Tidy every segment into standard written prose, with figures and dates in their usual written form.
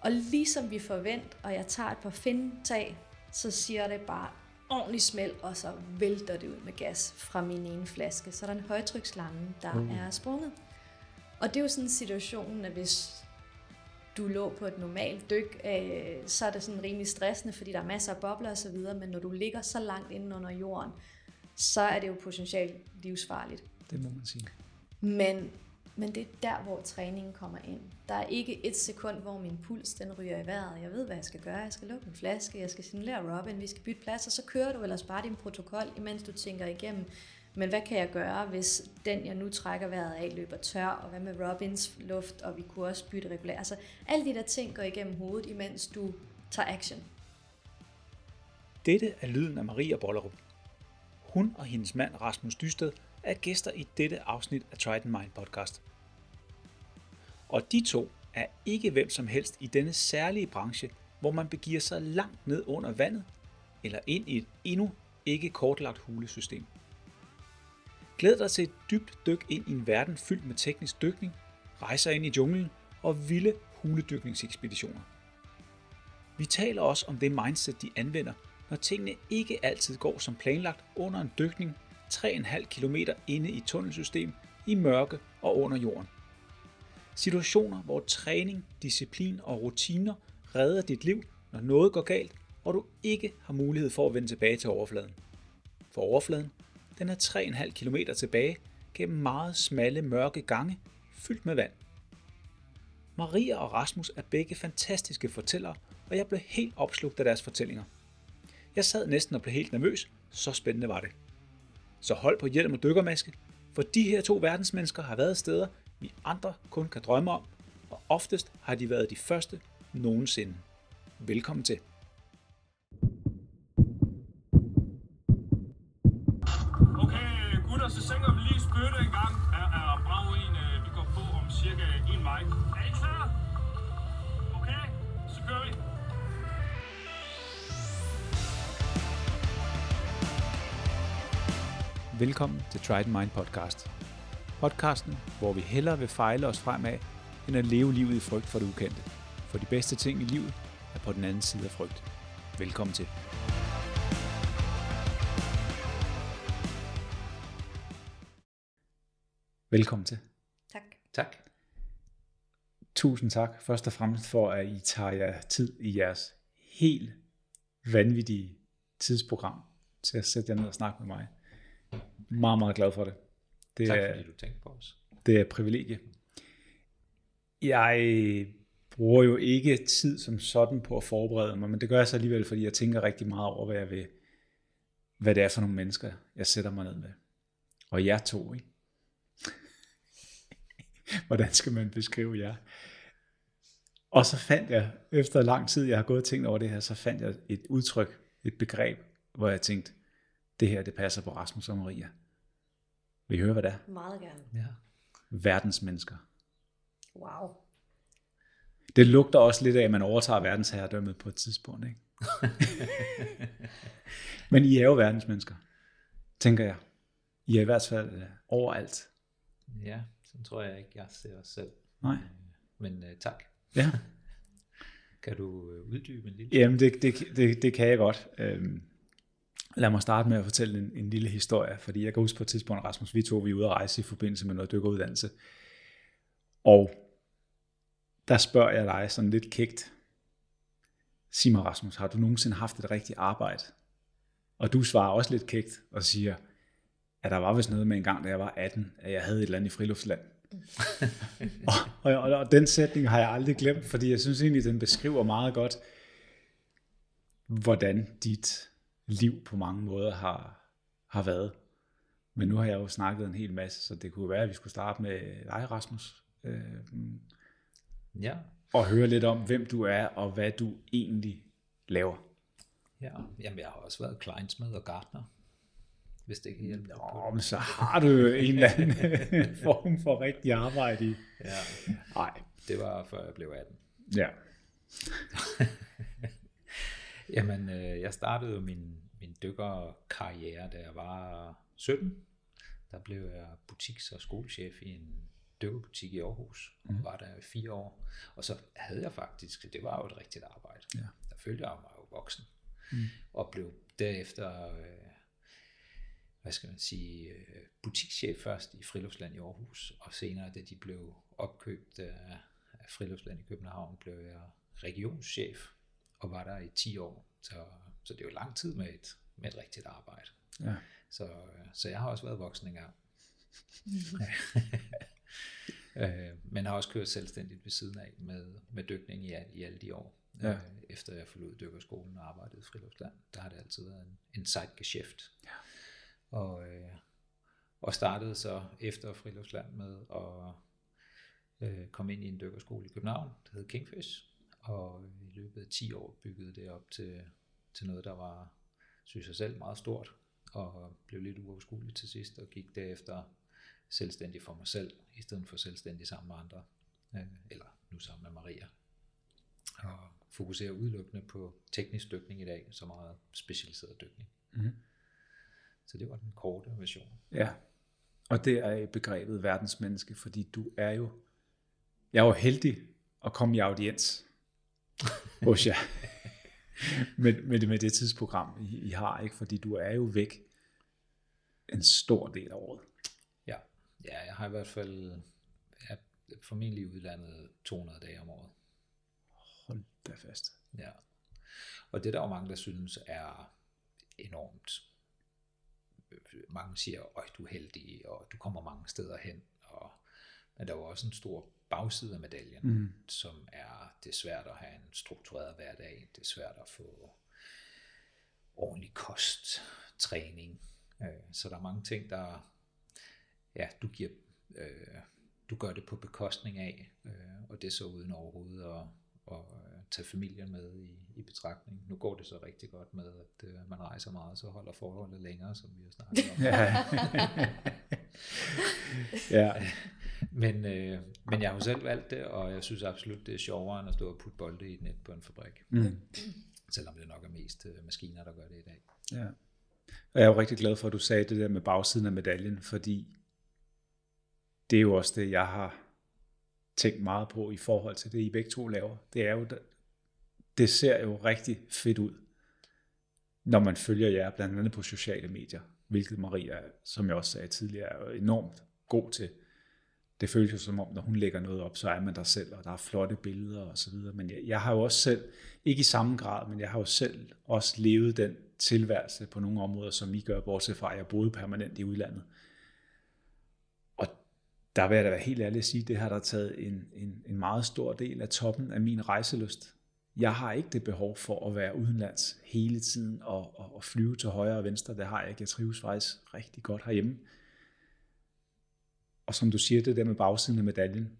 Og ligesom vi forventer, og jeg tager et par findtag, så siger det bare ordentligt smæld, og så vælter det ud med gas fra min ene flaske. Så er der en højtryksslange, der er sprunget. Og det er jo sådan en situation, at hvis du lå på et normalt dyk, så er det sådan rimelig stressende, fordi der er masser af bobler og så videre, men når du ligger så langt inde under jorden, så er det jo potentielt livsfarligt. Det må man sige. Men det er der, hvor træningen kommer ind. Der er ikke et sekund, hvor min puls den ryger i vejret. Jeg ved, hvad jeg skal gøre. Jeg skal lukke en flaske, jeg skal signalere Robin, vi skal bytte plads, og så kører du ellers bare din protokol, imens du tænker igennem, men hvad kan jeg gøre, hvis den, jeg nu trækker vejret af, løber tør, og hvad med Robins luft, og vi kunne også bytte regulær. Altså, alle de der ting går igennem hovedet, imens du tager action. Dette er lyden af Maria Bollerup. Hun og hendes mand Rasmus Dysted er gæster i dette afsnit af Trident Mind podcast. Og de to er ikke hvem som helst i denne særlige branche, hvor man begiver sig langt ned under vandet, eller ind i et endnu ikke kortlagt hulesystem. Glæd dig til et dybt dyk ind i en verden fyldt med teknisk dykning, rejser ind i junglen og vilde huledykningsekspeditioner. Vi taler også om det mindset, de anvender, når tingene ikke altid går som planlagt under en dykning 3,5 km inde i et tunnelsystem, i mørke og under jorden. Situationer, hvor træning, disciplin og rutiner redder dit liv, når noget går galt, og du ikke har mulighed for at vende tilbage til overfladen. For overfladen, den er 3,5 km tilbage gennem meget smalle, mørke gange, fyldt med vand. Maria og Rasmus er begge fantastiske fortællere, og jeg blev helt opslugt af deres fortællinger. Jeg sad næsten og blev helt nervøs, så spændende var det. Så hold på hjelm og dykkermaske, for de her to verdensmennesker har været steder, vi andre kun kan drømme om, og oftest har de været de første nogensinde. Velkommen til. Okay, gutter, så sænker vi lige spytte en gang. Er brav en, vi går på om cirka en vej. Er I klar? Okay, så kører vi. Velkommen til Trident Mind podcast. Podcasten, hvor vi hellere vil fejle os fremad, end at leve livet i frygt for det ukendte. For de bedste ting i livet er på den anden side af frygt. Velkommen til. Velkommen til. Tak. Tak. Tusind tak først og fremmest for, at I tager jer tid i jeres helt vanvittige tidsprogram til at sætte jer ned og snakke med mig. Meget, meget glad for det. Tak fordi du tænkte på os. Det er et privilegie. Jeg bruger jo ikke tid som sådan på at forberede mig, men det gør jeg så alligevel, fordi jeg tænker rigtig meget over, hvad det er for nogle mennesker, jeg sætter mig ned med. Og jer to, ikke? Hvordan skal man beskrive jer? Og så fandt jeg, efter lang tid, jeg har gået og tænkt over det her, så fandt jeg et udtryk, et begreb, hvor jeg tænkte, det her, det passer på Rasmus og Maria. Vil I høre, hvad det er? Meget gerne. Ja. Verdensmennesker. Wow. Det lugter også lidt af, at man overtager verdensherredømmet på et tidspunkt, ikke? Men I er jo verdensmennesker, tænker jeg. I er i hvert fald overalt. Ja, så tror jeg ikke, jeg ser os selv. Nej. Men tak. Ja. Kan du uddybe en lille? Jamen, det kan jeg godt. Lad mig starte med at fortælle en lille historie, fordi jeg kan huske på et tidspunkt, Rasmus, vi er ude at rejse i forbindelse med noget dykkeruddannelse. Og der spørger jeg dig sådan lidt kægt, sig mig Rasmus, har du nogensinde haft et rigtigt arbejde? Og du svarer også lidt kægt og siger, at der var vist noget med en gang, da jeg var 18, at jeg havde et eller andet i friluftsland. og den sætning har jeg aldrig glemt, fordi jeg synes egentlig, den beskriver meget godt, hvordan dit liv på mange måder har været. Men nu har jeg jo snakket en hel masse, så det kunne være, at vi skulle starte med dig, Rasmus. Ja. Og høre lidt om, hvem du er, og hvad du egentlig laver. Ja, jamen jeg har også været kleinsmed og gartner, hvis det kan hjælpe dig på. Men så har du jo en eller anden form for rigtig arbejde i. Ja. Nej. Det var før jeg blev 18. Ja. Jamen, jeg startede jo min dykkerkarriere, da jeg var 17. Der blev jeg butiks- og skolechef i dykkerbutik i Aarhus, og var der i 4 år. Og så havde jeg faktisk, det var jo et rigtigt arbejde. Ja. Der følte jeg mig jo voksen, og blev derefter, hvad skal man sige, butikschef først i Friluftsland i Aarhus, og senere, da de blev opkøbt af Friluftsland i København, blev jeg regionschef, og var der i 10 år. Så det er jo lang tid med et rigtigt arbejde. Ja. Så jeg har også været voksen engang. Men har også kørt selvstændigt ved siden af med dykning i alle de år. Ja. Efter jeg forlod dykkerskolen og arbejdede i Friluftsland, der har det altid været en sidegeschæft. Ja. Og startede så efter Friluftsland med at komme ind i en dykkerskole i København, der hed Kingfish, og i løbet af 10 år byggede det op til noget, der var, synes jeg selv, meget stort, og blev lidt uoverskueligt til sidst, og gik derefter selvstændig for mig selv, i stedet for selvstændig sammen med andre, eller nu sammen med Maria, og fokuserer udelukkende på teknisk dykning i dag, så meget specialiseret dykning. Så det var den korte version. Ja, og det er begrebet verdensmenneske, fordi jeg er jo heldig at komme i audiens hos jer med det tidsprogram, I har, ikke? Fordi du er jo væk en stor del af året. Ja, jeg har i hvert fald formentlig udlandet 200 dage om året. Hold da fast. Ja, og det der jo mange, der synes er enormt. Mange siger, du er heldig, og du kommer mange steder hen. Men der er jo også en stor bagside af medaljen, som det er svært at have en struktureret hverdag. Det er svært at få ordentlig kost, træning. Så der er mange ting, der du gør det på bekostning af, og det er så uden overhovedet at tage familien med i betragtning. Nu går det så rigtig godt med, at man rejser meget, så holder forholdet længere, som vi har snakket om. Ja. Men jeg har jo selv valgt det, og jeg synes absolut, det er sjovere end at stå og putte bolde i et net på en fabrik. Selvom det nok er mest maskiner, der gør det i dag. Ja. Og jeg er jo rigtig glad for, at du sagde det der med bagsiden af medaljen, fordi det er jo også det, jeg har tænkt meget på i forhold til det, I begge to laver. Det ser jo rigtig fedt ud, når man følger jer, blandt andet på sociale medier, hvilket Maria, som jeg også sagde tidligere, er jo enormt god til. Det føles jo som om, når hun lægger noget op, så er man der selv, og der er flotte billeder og så videre. Men jeg har jo også selv, ikke i samme grad, men jeg har jo selv også levet den tilværelse på nogle områder, som I gør, bortset fra, at jeg boede permanent i udlandet. Og der vil jeg da være helt ærlig at sige, at det har der taget en meget stor del af toppen af min rejselyst. Jeg har ikke det behov for at være udenlands hele tiden og flyve til højre og venstre. Det har jeg ikke. Jeg trives faktisk rigtig godt herhjemme. Og som du siger, det der med bagsiden af medaljen,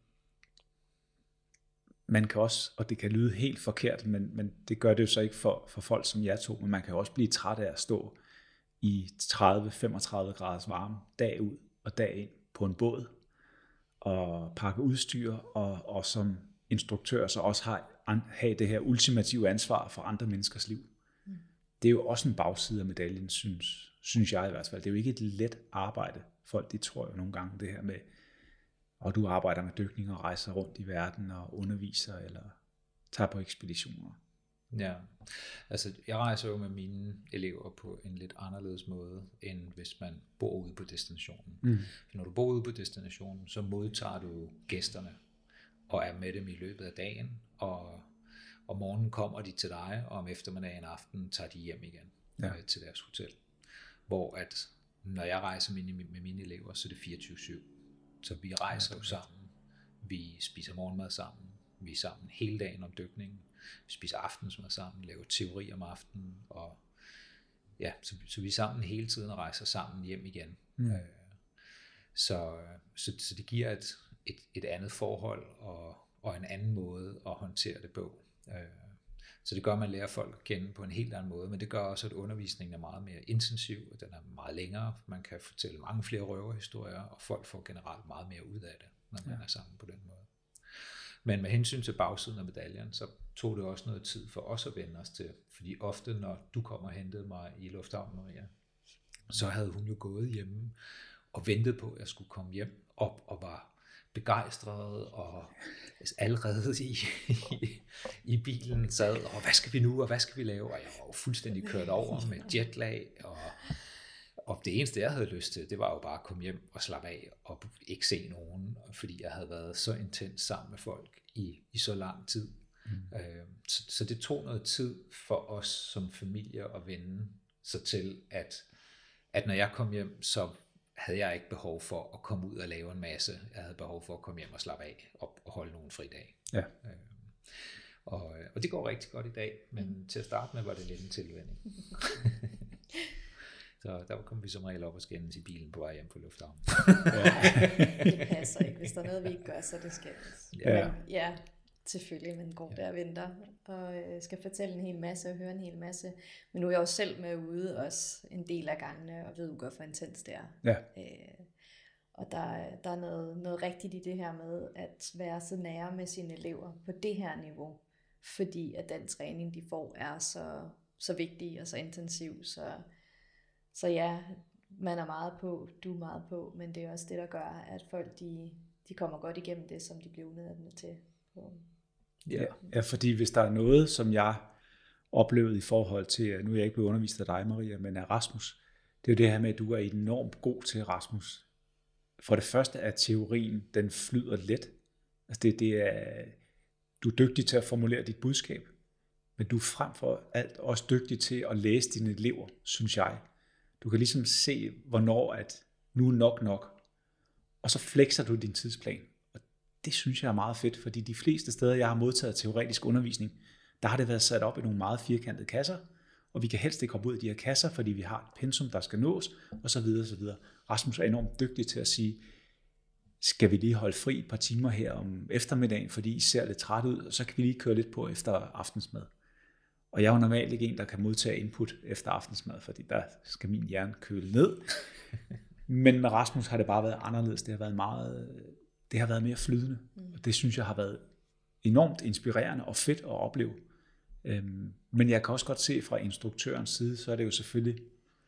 man kan også, og det kan lyde helt forkert, men det gør det jo så ikke for folk som jer to, men man kan jo også blive træt af at stå i 30-35 graders varme dag ud og dag ind på en båd og pakke udstyr og som instruktør så også have det her ultimative ansvar for andre menneskers liv. Det er jo også en bagside af medaljen, synes jeg i hvert fald. Det er jo ikke et let arbejde. Folk, de tror jo nogle gange det her med, og du arbejder med dykning og rejser rundt i verden og underviser eller tager på ekspeditioner. Ja, altså jeg rejser jo med mine elever på en lidt anderledes måde, end hvis man bor ude på destinationen. For når du bor ude på destinationen, så modtager du gæsterne og er med dem i løbet af dagen, og om morgenen kommer de til dig, og om eftermiddagen og aften tager de hjem igen til deres hotel. Hvor at når jeg rejser med mine elever, så er det 24/7. Så vi rejser jo sammen, vi spiser morgenmad sammen, vi er sammen hele dagen om dykningen, vi spiser aftensmad sammen, laver teori om aftenen, og ja, så vi er sammen hele tiden og rejser sammen hjem igen. Så det giver et andet forhold og en anden måde at håndtere det på. Så det gør, at man lærer folk at kende på en helt anden måde, men det gør også, at undervisningen er meget mere intensiv, og den er meget længere. Man kan fortælle mange flere røverhistorier, og folk får generelt meget mere ud af det, når man er sammen på den måde. Men med hensyn til bagsiden af medaljen, så tog det også noget tid for os at vende os til, fordi ofte, når du kom og hentede mig i lufthavnen, Maria, så havde hun jo gået hjemme og ventet på, at jeg skulle komme hjem og var begejstrede, og allerede i bilen sad, og hvad skal vi nu, og hvad skal vi lave? Og jeg var jo fuldstændig kørt over med jetlag, og det eneste, jeg havde lyst til, det var jo bare at komme hjem og slappe af, og ikke se nogen, fordi jeg havde været så intens sammen med folk i så lang tid. Så det tog noget tid for os som familie at vende sig til, at når jeg kom hjem, så havde jeg ikke behov for at komme ud og lave en masse. Jeg havde behov for at komme hjem og slappe af og holde nogle fridage. Ja. Og det går rigtig godt i dag, men til at starte med var det lidt en tilvænning. Så der kom vi som regel op og skændes i bilen på vej hjem fra lufthavnen. Det passer ikke. Hvis der er noget, vi ikke gør, så det skændes. Ja. Men ja, selvfølgelig, man går der og venter, og skal fortælle en hel masse og høre en hel masse. Men nu er jeg også selv med ude også en del af gangene, og ved godt, hvor intens det er. Ja. Og der er noget rigtigt i det her med at være så nære med sine elever på det her niveau, fordi at den træning, de får, er så vigtig og så intensiv. Så ja, man er meget på, du er meget på, men det er også det, der gør, at folk de kommer godt igennem det, som de bliver uddannet til. Ja, fordi hvis der er noget, som jeg oplevede i forhold til, nu er jeg ikke blevet undervist af dig, Maria, men af Rasmus, det er jo det her med, at du er enormt god til, Rasmus. For det første er teorien, den flyder let. Altså du er dygtig til at formulere dit budskab, men du er frem for alt også dygtig til at læse dine elever, synes jeg. Du kan ligesom se, hvornår at nu er nok, og så flexer du din tidsplan. Og det synes jeg er meget fedt, fordi de fleste steder, jeg har modtaget teoretisk undervisning, der har det været sat op i nogle meget firkantede kasser, og vi kan helst ikke komme ud af de her kasser, fordi vi har et pensum, der skal nås, og så videre, og så videre. Rasmus er enormt dygtig til at sige, skal vi lige holde fri et par timer her om eftermiddagen, fordi I ser lidt træt ud, og så kan vi lige køre lidt på efter aftensmad. Og jeg er jo normalt ikke en, der kan modtage input efter aftensmad, fordi der skal min hjerne køle ned. Men med Rasmus har det bare været anderledes. Det har været mere flydende, og det synes jeg har været enormt inspirerende og fedt at opleve. Men jeg kan også godt se fra instruktørens side, så er det jo selvfølgelig,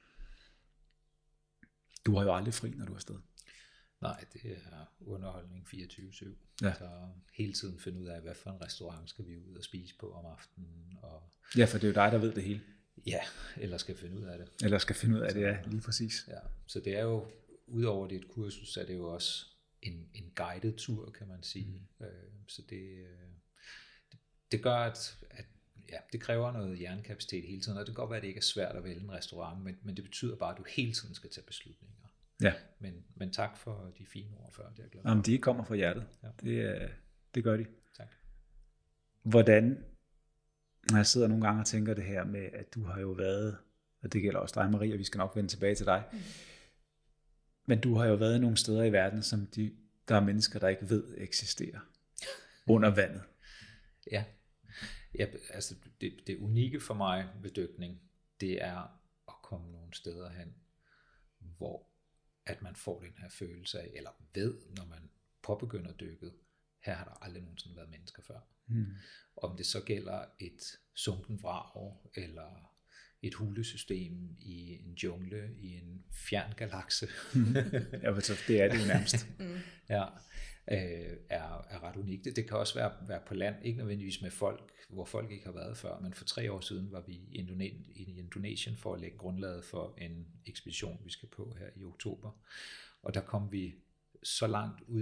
du har jo aldrig fri, når du er afsted. Nej, det er underholdning 24/7. Ja. Så hele tiden finde ud af, hvad for en restaurant skal vi ud og spise på om aftenen. Og Ja, for det er jo dig, der ved det hele. ja, eller skal finde ud af det. Eller skal finde ud af det, ja, lige præcis. Ja, så det er jo, udover det et kursus, så er det jo også en guided tur, kan man sige. Så det gør, at det kræver noget hjernekapacitet hele tiden, og det kan godt være, at det ikke er svært at vælge en restaurant, men det betyder bare, at du hele tiden skal tage beslutninger. Ja. Men tak for de fine ord før, det er jeg glad for. Jamen, de kommer fra hjertet. Ja. Det gør de. Tak. Hvordan, når jeg sidder nogle gange og tænker det her med, at du har jo været, og det gælder også dig, Maria, vi skal nok vende tilbage til dig, men du har jo været nogle steder i verden, som der er mennesker, der ikke ved eksisterer under vandet. Ja, altså det unikke for mig ved dykning, det er at komme nogle steder hen, hvor at man får den her følelse af, eller ved, når man påbegynder dykket, her har der aldrig nogensinde været mennesker før. Om det så gælder et sunken vrag, eller et hulesystem i en jungle, i en fjern galakse. Ja, det er det jo nærmest. Ja, er ret unikt. Det kan også være på land, ikke nødvendigvis med folk, hvor folk ikke har været før, men for 3 år siden var vi i Indonesien for at lægge grundlaget for en ekspedition, vi skal på her i oktober. Og der kom vi så langt ud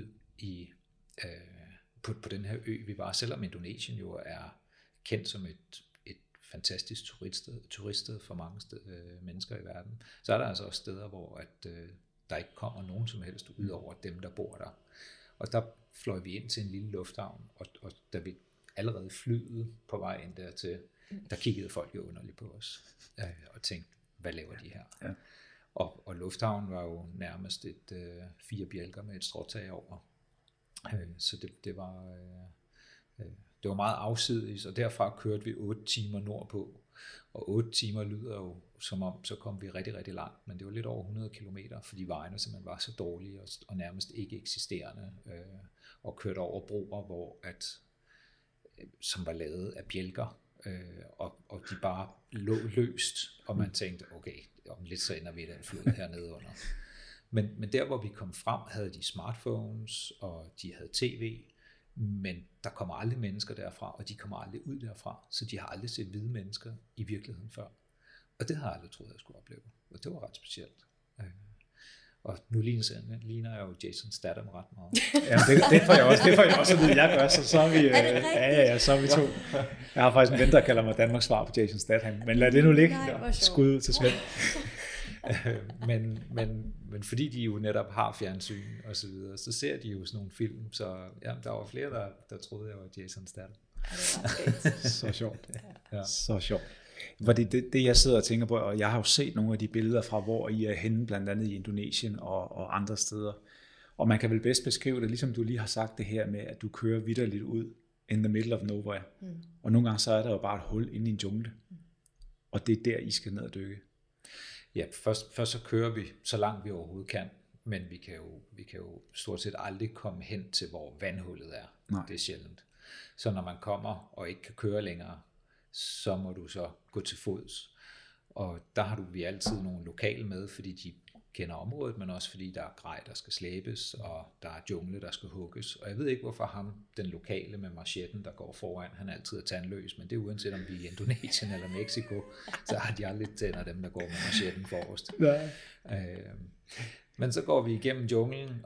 på den her ø, vi var, selvom Indonesien jo er kendt som et fantastisk turiststed for mange mennesker i verden, så er der altså også steder, hvor der ikke kommer nogen som helst ud over dem, der bor der. Og der fløj vi ind til en lille lufthavn, og da vi allerede flyede på vej ind dertil, der kiggede folk jo underligt på os, og tænkte, hvad laver de her? Ja. Og lufthavnen var jo nærmest 4 bjælker med et stråtag over. Så det var meget afsidigt, og derfra kørte vi 8 timer nordpå. Og 8 timer lyder jo som om, så kom vi rigtig, rigtig langt, men det var lidt over 100 kilometer, fordi vejene simpelthen var så dårlige og nærmest ikke eksisterende, og kørte over broer, som var lavet af bjælker, og de bare lå løst, og man tænkte, okay, om lidt så ender vi i den flod hernede under. Men der, hvor vi kom frem, havde de smartphones, og de havde tv, men der kommer aldrig mennesker derfra, og de kommer aldrig ud derfra, så de har aldrig set hvide mennesker i virkeligheden før. Og det har jeg aldrig troet, jeg skulle opleve, og det var ret specielt. Og nu ligner jeg jo Jason Statham ret meget. Ja, det får jeg også at vide, jeg gør, så er vi, så er vi to. Jeg har faktisk en ven, der kalder mig Danmarks svar på Jason Statham, men lad det nu ligge. Skud ud til Svend. men fordi de jo netop har fjernsyn og så videre, så ser de jo sådan nogle film, så ja, der var flere, der troede, jeg var Jason Statham. Så sjovt. Ja. Så sjovt. Var det jeg sidder og tænker på, og jeg har jo set nogle af de billeder fra, hvor I er henne, blandt andet i Indonesien og andre steder. Og man kan vel bedst beskrive det, ligesom du lige har sagt det her med, at du kører vitterligt ud in the middle of nowhere. Og nogle gange så er der jo bare et hul inde i en jungle. Og det er der, I skal ned og dykke. Ja, først så kører vi så langt vi overhovedet kan, men vi kan jo stort set aldrig komme hen til, hvor vandhullet er. Nej. Det er sjældent. Så når man kommer og ikke kan køre længere, så må du så gå til fods. Og der har vi altid nogle lokale med, fordi de kender området, men også fordi der er grej, der skal slæbes, og der er jungle, der skal hugges. Og jeg ved ikke, hvorfor ham, den lokale med machetten, der går foran, han altid er tandløs, men det er uanset om vi er i Indonesien eller Mexico, så har de aldrig tænder dem, der går med machetten forrest. Men så går vi igennem junglen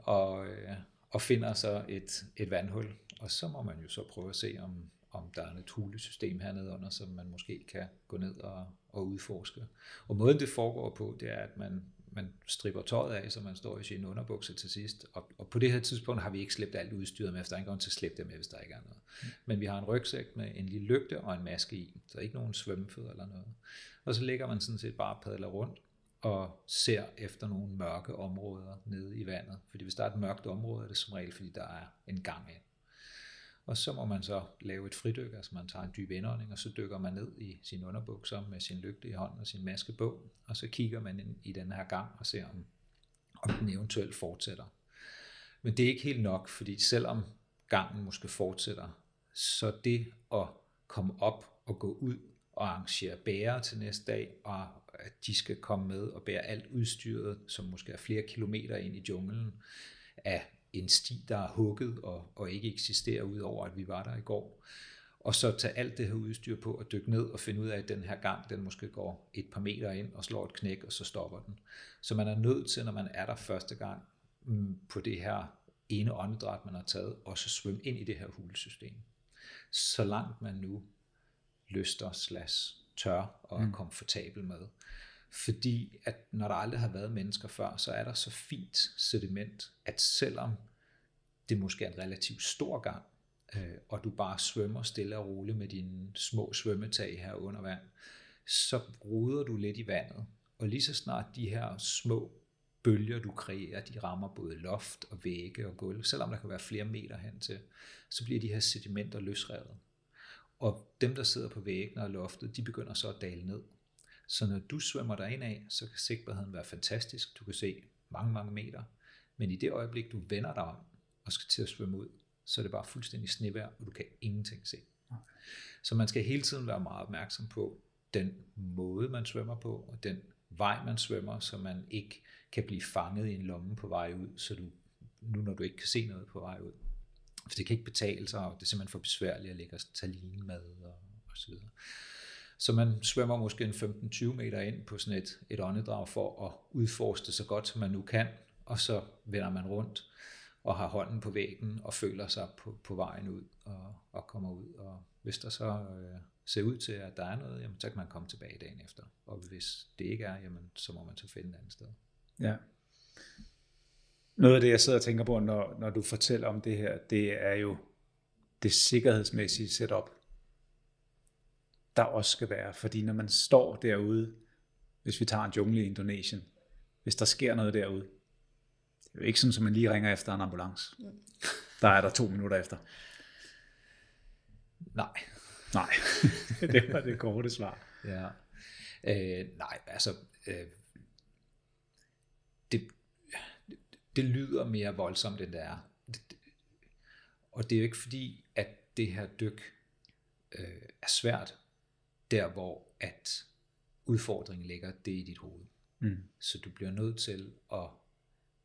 og finder så et vandhul, og så må man jo så prøve at se, om der er et hulesystem hernede under, som man måske kan gå ned og udforske. Og måden det foregår på, det er, at man stripper tøjet af, så man står i sine underbukser til sidst. Og på det her tidspunkt har vi ikke slæbt alt udstyret med, hvis der er ingen grund til at slæbe det med, hvis der ikke er noget. Men vi har en rygsæk med en lille lygte og en maske i, så ikke nogen svømmefødder eller noget. Og så ligger man sådan set bare og padler rundt og ser efter nogle mørke områder nede i vandet. Fordi hvis der er et mørkt område, er det som regel, fordi der er en gang ind. Og så må man så lave et fridyk, altså man tager en dyb indånding, og så dykker man ned i sine underbukser med sin lygte i hånden og sin maske på, og så kigger man ind i den her gang og ser, om den eventuelt fortsætter. Men det er ikke helt nok, fordi selvom gangen måske fortsætter, så det at komme op og gå ud og arrangere bærer til næste dag, og at de skal komme med og bære alt udstyret, som måske er flere kilometer ind i junglen, af en sti, der er hugget og ikke eksisterer, udover at vi var der i går. Og så tage alt det her udstyr på og dykke ned og finde ud af, at den her gang, den måske går et par meter ind og slår et knæk, og så stopper den. Så man er nødt til, når man er der første gang på det her ene åndedræt, man har taget, og så svømme ind i det her hulesystem. Så langt man nu lyster / tør og er komfortabel med. Fordi at når der aldrig har været mennesker før, så er der så fint sediment, at selvom det måske er en relativt stor gang, og du bare svømmer stille og roligt med dine små svømmetag her under vand, så ruder du lidt i vandet. Og lige så snart de her små bølger, du kreerer, de rammer både loft og vægge og gulv, selvom der kan være flere meter hen til, så bliver de her sedimenter løsrevet. Og dem, der sidder på væggene og loftet, de begynder så at dale ned. Så når du svømmer derind af, så kan sigtbarheden være fantastisk. Du kan se mange, mange meter. Men i det øjeblik, du vender dig om og skal til at svømme ud, så er det bare fuldstændig snevejr, og du kan ingenting se. Så man skal hele tiden være meget opmærksom på den måde, man svømmer på, og den vej, man svømmer, så man ikke kan blive fanget i en lomme på vej ud, så du, nu når du ikke kan se noget på vej ud. For det kan ikke betale sig, og det er simpelthen for besværligt at lægge taline med og så videre. Så man svømmer måske en 15-20 meter ind på sådan et åndedrag for at udforske det så godt, som man nu kan, og så vender man rundt og har hånden på væggen og føler sig på vejen ud og kommer ud. Og hvis der så ser ud til, at der er noget, jamen, så kan man komme tilbage dagen efter. Og hvis det ikke er, jamen, så må man så finde et andet sted. Ja. Noget af det, jeg sidder og tænker på, når du fortæller om det her, det er jo det sikkerhedsmæssige setup, der også skal være. Fordi når man står derude, hvis vi tager en jungle i Indonesien, hvis der sker noget derude, det er jo ikke sådan, at man lige ringer efter en ambulance. Der er der 2 minutter efter. Nej. Det var det korte svar. Ja. Nej, altså det lyder mere voldsomt, end det er. Og det er jo ikke fordi, at det her dyk er svært, der hvor at udfordringen ligger, det er i dit hoved. Så du bliver nødt til at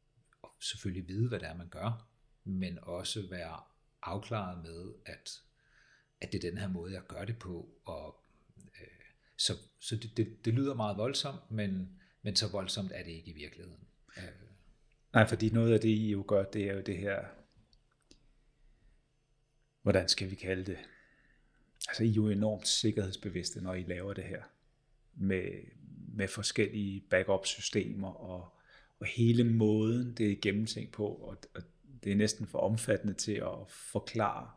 selvfølgelig vide, hvad det er, man gør, men også være afklaret med, at det er den her måde, jeg gør det på. Og, så det lyder meget voldsomt, men så voldsomt er det ikke i virkeligheden. Nej, fordi noget af det, I jo gør, det er jo det her, hvordan skal vi kalde det? Altså, I er jo enormt sikkerhedsbevidste, når I laver det her, med forskellige backup-systemer, og hele måden, det er gennemtænkt på, og det er næsten for omfattende til at forklare.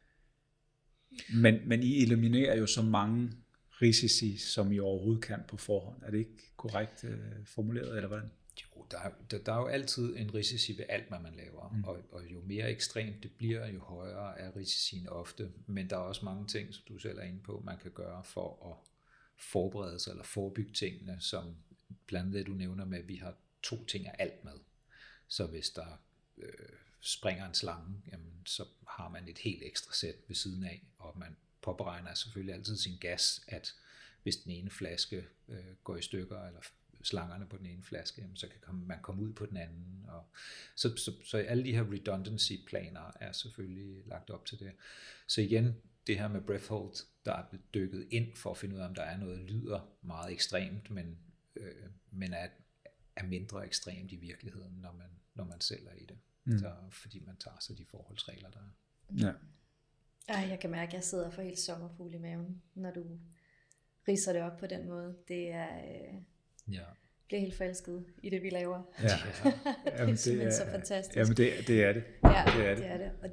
Men I eliminerer jo så mange risici, som I overhovedet kan på forhånd. Er det ikke korrekt formuleret, eller hvordan? Jo, der er jo altid en risici ved alt, hvad man laver, og jo mere ekstremt det bliver, jo højere er risicien ofte, men der er også mange ting, som du selv er inde på, man kan gøre for at forberede sig eller forebygge tingene, som blandt andet det, du nævner med, at vi har 2 ting af alt med. Så hvis der springer en slange, jamen, så har man et helt ekstra sæt ved siden af, og man påberegner selvfølgelig altid sin gas, at hvis den ene flaske går i stykker, eller slangerne på den ene flaske, jamen, så kan man komme ud på den anden. Og så alle de her redundancy-planer er selvfølgelig lagt op til det. Så igen, det her med breathhold, der er blevet dykket ind for at finde ud af, om der er noget, lyder meget ekstremt, men er mindre ekstremt i virkeligheden, når man selv er i det. Så, fordi man tager sig de forholdsregler, der er. Ja. Jeg kan mærke, at jeg sidder for helt sommerfugl i maven, når du ridser det op på den måde. Det er... bliver helt forelsket i det, vi laver. Ja. Jamen, det er simpelthen så fantastisk. Jamen, det er det. Ja, det er det. Og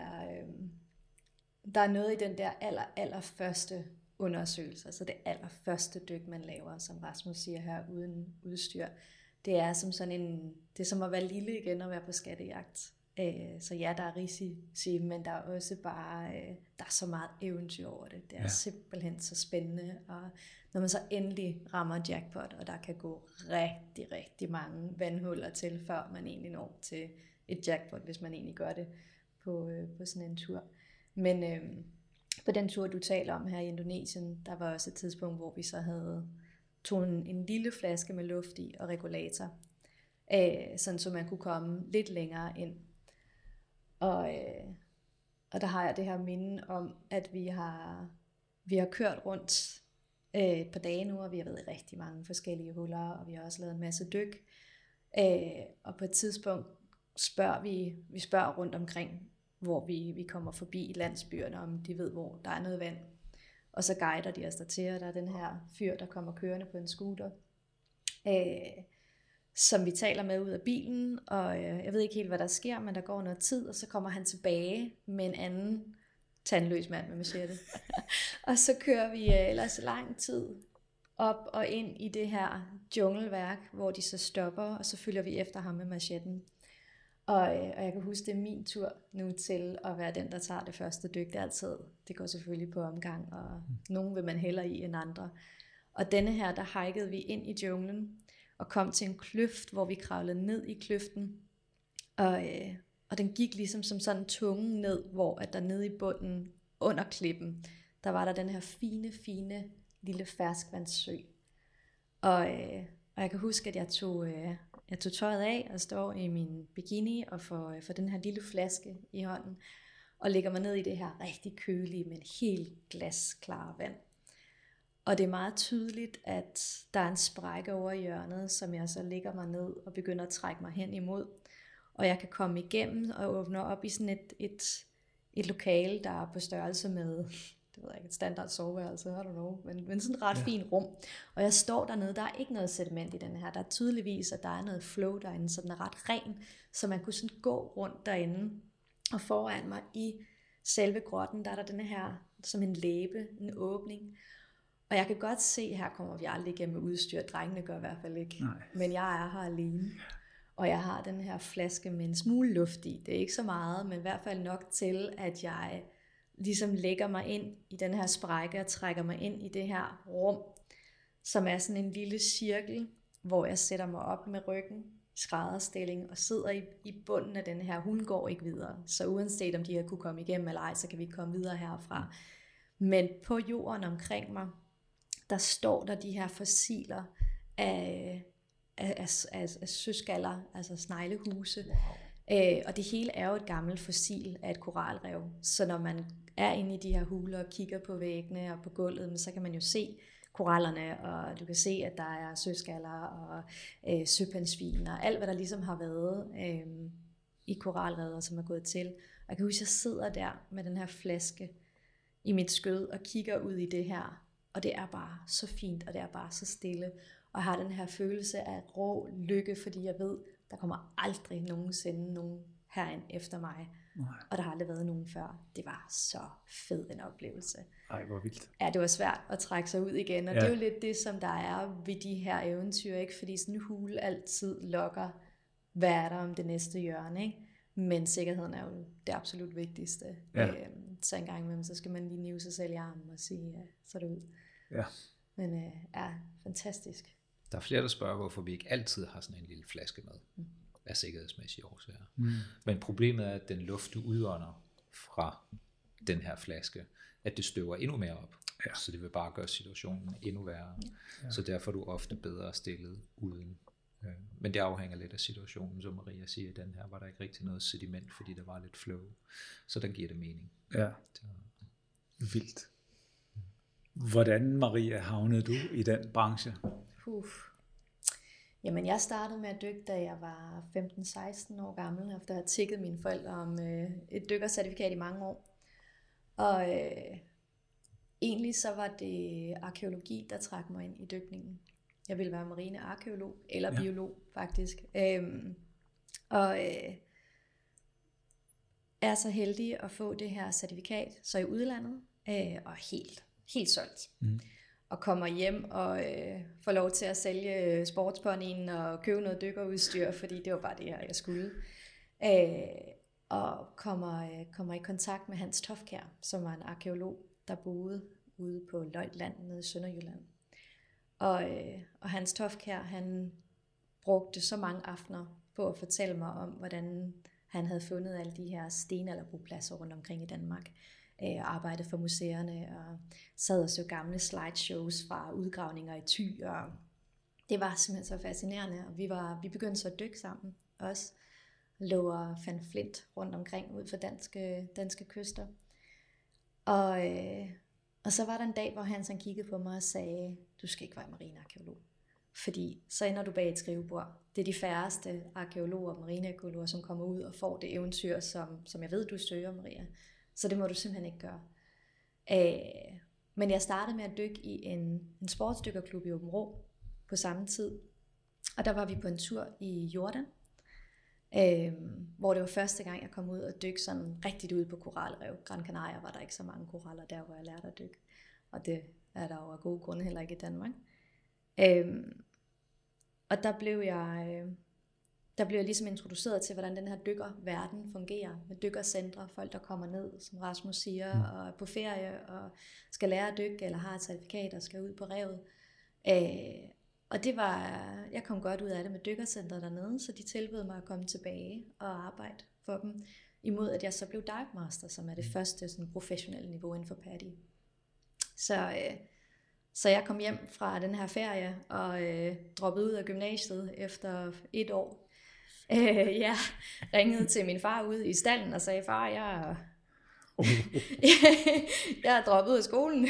der er noget i den der allerførste undersøgelse, altså det allerførste dyk, man laver, som Rasmus siger her, uden udstyr. Det er som sådan det er som at være lille igen og være på skattejagt. Så ja, der er risici, men der er også bare, der er så meget eventyr over det. Det er simpelthen så spændende, og når man så endelig rammer jackpot, og der kan gå rigtig, rigtig mange vandhuller til, før man egentlig når til et jackpot, hvis man egentlig gør det på sådan en tur. Men på den tur, du taler om her i Indonesien, der var også et tidspunkt, hvor vi så tog en lille flaske med luft i og regulator, sådan så man kunne komme lidt længere ind. Og der har jeg det her minde om, at vi har kørt rundt et par dage nu, og vi har været i rigtig mange forskellige huller, og vi har også lavet en masse dyk. Og på et tidspunkt spørger vi spørger rundt omkring, hvor vi kommer forbi landsbyerne, om de ved, hvor der er noget vand. Og så guider de os dertil, og der er den her fyr, der kommer kørende på en scooter, som vi taler med ud af bilen, og jeg ved ikke helt, hvad der sker, men der går noget tid, og så kommer han tilbage med en anden tandløs mand med machete. Og så kører vi ellers lang tid op og ind i det her jungleværk, hvor de så stopper, og så følger vi efter ham med machetten. Og jeg kan huske, det er min tur nu til at være den, der tager det første dyk. Det går selvfølgelig på omgang, og nogen vil man hellere i end andre. Og denne her, der hikede vi ind i junglen, og kom til en kløft, hvor vi kravlede ned i kløften. Og den gik ligesom som sådan tungen ned, hvor at der nede i bunden, under klippen, der var der den her fine lille ferskvandssø. Og jeg kan huske, at jeg tog tøjet af og står i min bikini og får den her lille flaske i hånden, og lægger mig ned i det her rigtig kølige, men helt glasklare vand. Og det er meget tydeligt, at der er en sprække over i hjørnet, som jeg så lægger mig ned og begynder at trække mig hen imod. Og jeg kan komme igennem og åbne op i sådan et lokale, der er på størrelse med, det ved jeg ikke, et standard soveværelse, I don't know, men sådan et ret fint rum. Og jeg står dernede, der er ikke noget sediment i den her. Der er tydeligvis, at der er noget flow derinde, så den er ret ren, så man kunne sådan gå rundt derinde. Og foran mig i selve grotten, der er der denne her, som en læbe, en åbning. Og jeg kan godt se, her kommer vi aldrig igennem med udstyr, drengene gør i hvert fald ikke. Nej. Men jeg er her alene. Og jeg har den her flaske med en smule luft i. Det er ikke så meget, men i hvert fald nok til, at jeg ligesom lægger mig ind i den her sprække og trækker mig ind i det her rum, som er sådan en lille cirkel, hvor jeg sætter mig op med ryggen i skrædderstilling og sidder i bunden af den her. Hun går ikke videre, så uanset om de her kunne komme igennem eller ej, så kan vi komme videre herfra. Men på jorden omkring mig, der står der de her fossiler af af søskaller, altså sneglehuse. Og det hele er jo et gammelt fossil af et koralrev. Så når man er inde i de her huler og kigger på væggene og på gulvet, så kan man jo se korallerne, og du kan se, at der er søskaller og søpandsvin og alt, hvad der ligesom har været i koralrevet, som er gået til. Og jeg kan huske, at jeg sidder der med den her flaske i mit skød og kigger ud i det her, og det er bare så fint, og det er bare så stille. Og jeg har den her følelse af rå lykke, fordi jeg ved, der kommer aldrig nogensinde nogen herind efter mig. Nej. Og der har aldrig været nogen før. Det var så fed en oplevelse. Ej, hvor vildt. Ja, det var svært at trække sig ud igen. Og det er jo lidt det, som der er ved de her eventyr, ikke? Fordi sådan en hule altid lokker, hvad er der om det næste hjørne, ikke? Men sikkerheden er jo det absolut vigtigste. Ja. Så en gang imellem, så skal man lige nive sig selv i armen og sige, så er det ud. Ja. Men fantastisk. Der er flere, der spørger, hvorfor vi ikke altid har sådan en lille flaske med. Af sikkerhedsmæssige årsager. Men problemet er, at den luft, du udånder fra den her flaske, at det støver endnu mere op. Ja. Så det vil bare gøre situationen endnu værre. Ja. Så derfor er du ofte bedre stillet uden. Men det afhænger lidt af situationen, som Maria siger. I den her var der ikke rigtig noget sediment, fordi der var lidt flow. Så der giver det mening. Ja. Vildt. Hvordan, Maria, havnede du i den branche? Jamen, jeg startede med at dykke, da jeg var 15-16 år gammel, efter at have tikket mine forældre om et dykkercertifikat i mange år. Og egentlig så var det arkæologi, der trak mig ind i dykningen. Jeg ville være marinearkæolog, eller biolog faktisk. Og er så heldig at få det her certifikat, så i udlandet, og helt solgt. Og kommer hjem og får lov til at sælge sportsponyen og købe noget dykkerudstyr, fordi det var bare det her, jeg skulle. Og kommer i kontakt med Hans Tofkjær, som var en arkæolog, der boede ude på Løjtland nede i Sønderjylland. Og Hans Tofkjær, han brugte så mange aftener på at fortælle mig om, hvordan han havde fundet alle de her stenalderbopladser rundt omkring i Danmark. Arbejdede for museerne og sad og så gamle slideshows fra udgravninger i Thy, og det var simpelthen så fascinerende, og vi begyndte så at dykke sammen også, lå og fandt flint rundt omkring ud for danske kyster, og så var der en dag, hvor han kiggede på mig og sagde, du skal ikke være marinearkæolog, fordi så ender du bag et skrivebord. Det er de færreste arkeologer og marinearkæologer, som kommer ud og får det eventyr, som jeg ved, du søger, Maria. Så det må du simpelthen ikke gøre. Men jeg startede med at dykke i en sportsdykkerklub i Aabenraa på samme tid. Og der var vi på en tur i Jordan, hvor det var første gang, jeg kom ud og dykke sådan rigtigt ud på koralrev. Gran Canaria var der ikke så mange koraller der, hvor jeg lærte at dykke. Og det er der jo af gode grunde heller ikke i Danmark. Og der blev jeg ligesom introduceret til, hvordan den her dykkerverden fungerer. Med dykkercentre, folk der kommer ned, som Rasmus siger, og er på ferie og skal lære at dykke, eller har et certifikat og skal ud på revet. Og det var, jeg kom godt ud af det med dykkercentret dernede, så de tilbød mig at komme tilbage og arbejde for dem, imod at jeg så blev dive master, som er det første sådan, professionelle niveau inden for PADI. Så jeg kom hjem fra den her ferie og droppede ud af gymnasiet efter 1 år. Jeg ringede til min far ude i stallen og sagde, far, jeg er droppet ud af skolen.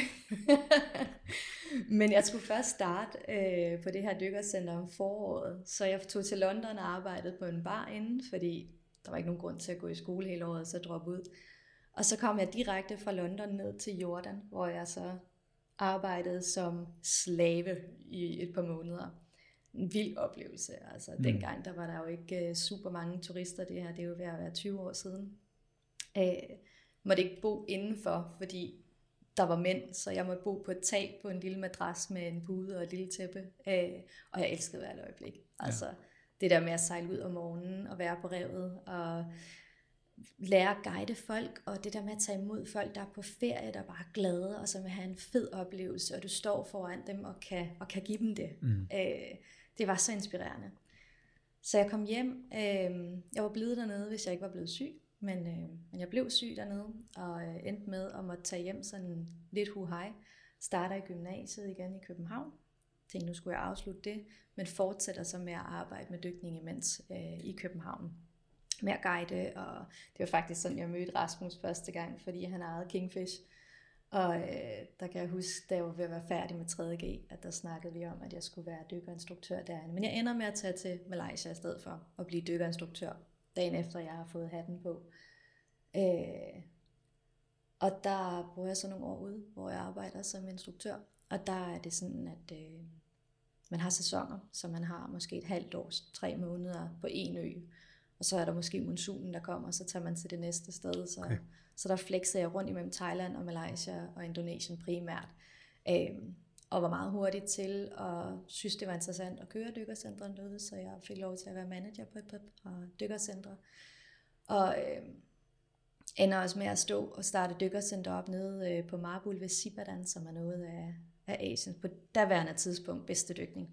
Men jeg skulle først starte på det her dykkercenter om foråret. Så jeg tog til London og arbejdede på en bar inden, fordi der var ikke nogen grund til at gå i skole hele året, så droppe ud. Og så kom jeg direkte fra London ned til Jordan, hvor jeg så arbejdede som slave i et par måneder. En vild oplevelse. Altså, dengang der var der jo ikke super mange turister. Det er jo ved at være 20 år siden. Måtte ikke bo indenfor, fordi der var mænd, så jeg måtte bo på et tag på en lille madras med en pude og et lille tæppe. Og jeg elskede hvert øjeblik. Altså, det der med at sejle ud om morgenen og være på revet og lære at guide folk, og det der med at tage imod folk, der er på ferie, der er bare glade, og som vil have en fed oplevelse, og du står foran dem og kan give dem det. Det var så inspirerende. Så jeg kom hjem. Jeg var blevet dernede, hvis jeg ikke var blevet syg, men jeg blev syg dernede, og endte med at måtte tage hjem sådan lidt hu-hej. Starter i gymnasiet igen i København. tænkte, nu skulle jeg afslutte det, men fortsætter så med at arbejde med dykning imens i København. Med at guide, og det var faktisk sådan, jeg mødte Rasmus første gang, fordi han ejede Kingfish. Og der kan jeg huske, da jeg var ved at være færdig med 3.G, at der snakkede vi om, at jeg skulle være dykkerinstruktør derinde. Men jeg ender med at tage til Malaysia i stedet for at blive dykkerinstruktør, dagen efter jeg har fået hatten på. Og der bruger jeg så nogle år ude, hvor jeg arbejder som instruktør. Og der er det sådan, at man har sæsoner, så man har måske et halvt års, 3 måneder på en ø. Og så er der måske monsunen, der kommer, og så tager man til det næste sted. Så der flexede jeg rundt imellem Thailand og Malaysia og Indonesien primært. Og var meget hurtigt til og synes, det var interessant at køre dykkercentrene derude, så jeg fik lov til at være manager på et par dykkercentre. Og ender også med at stå og starte dykkercenter op nede på Marbul ved Sipadan, som er noget af Asien. På daværende tidspunkt bedste dykning.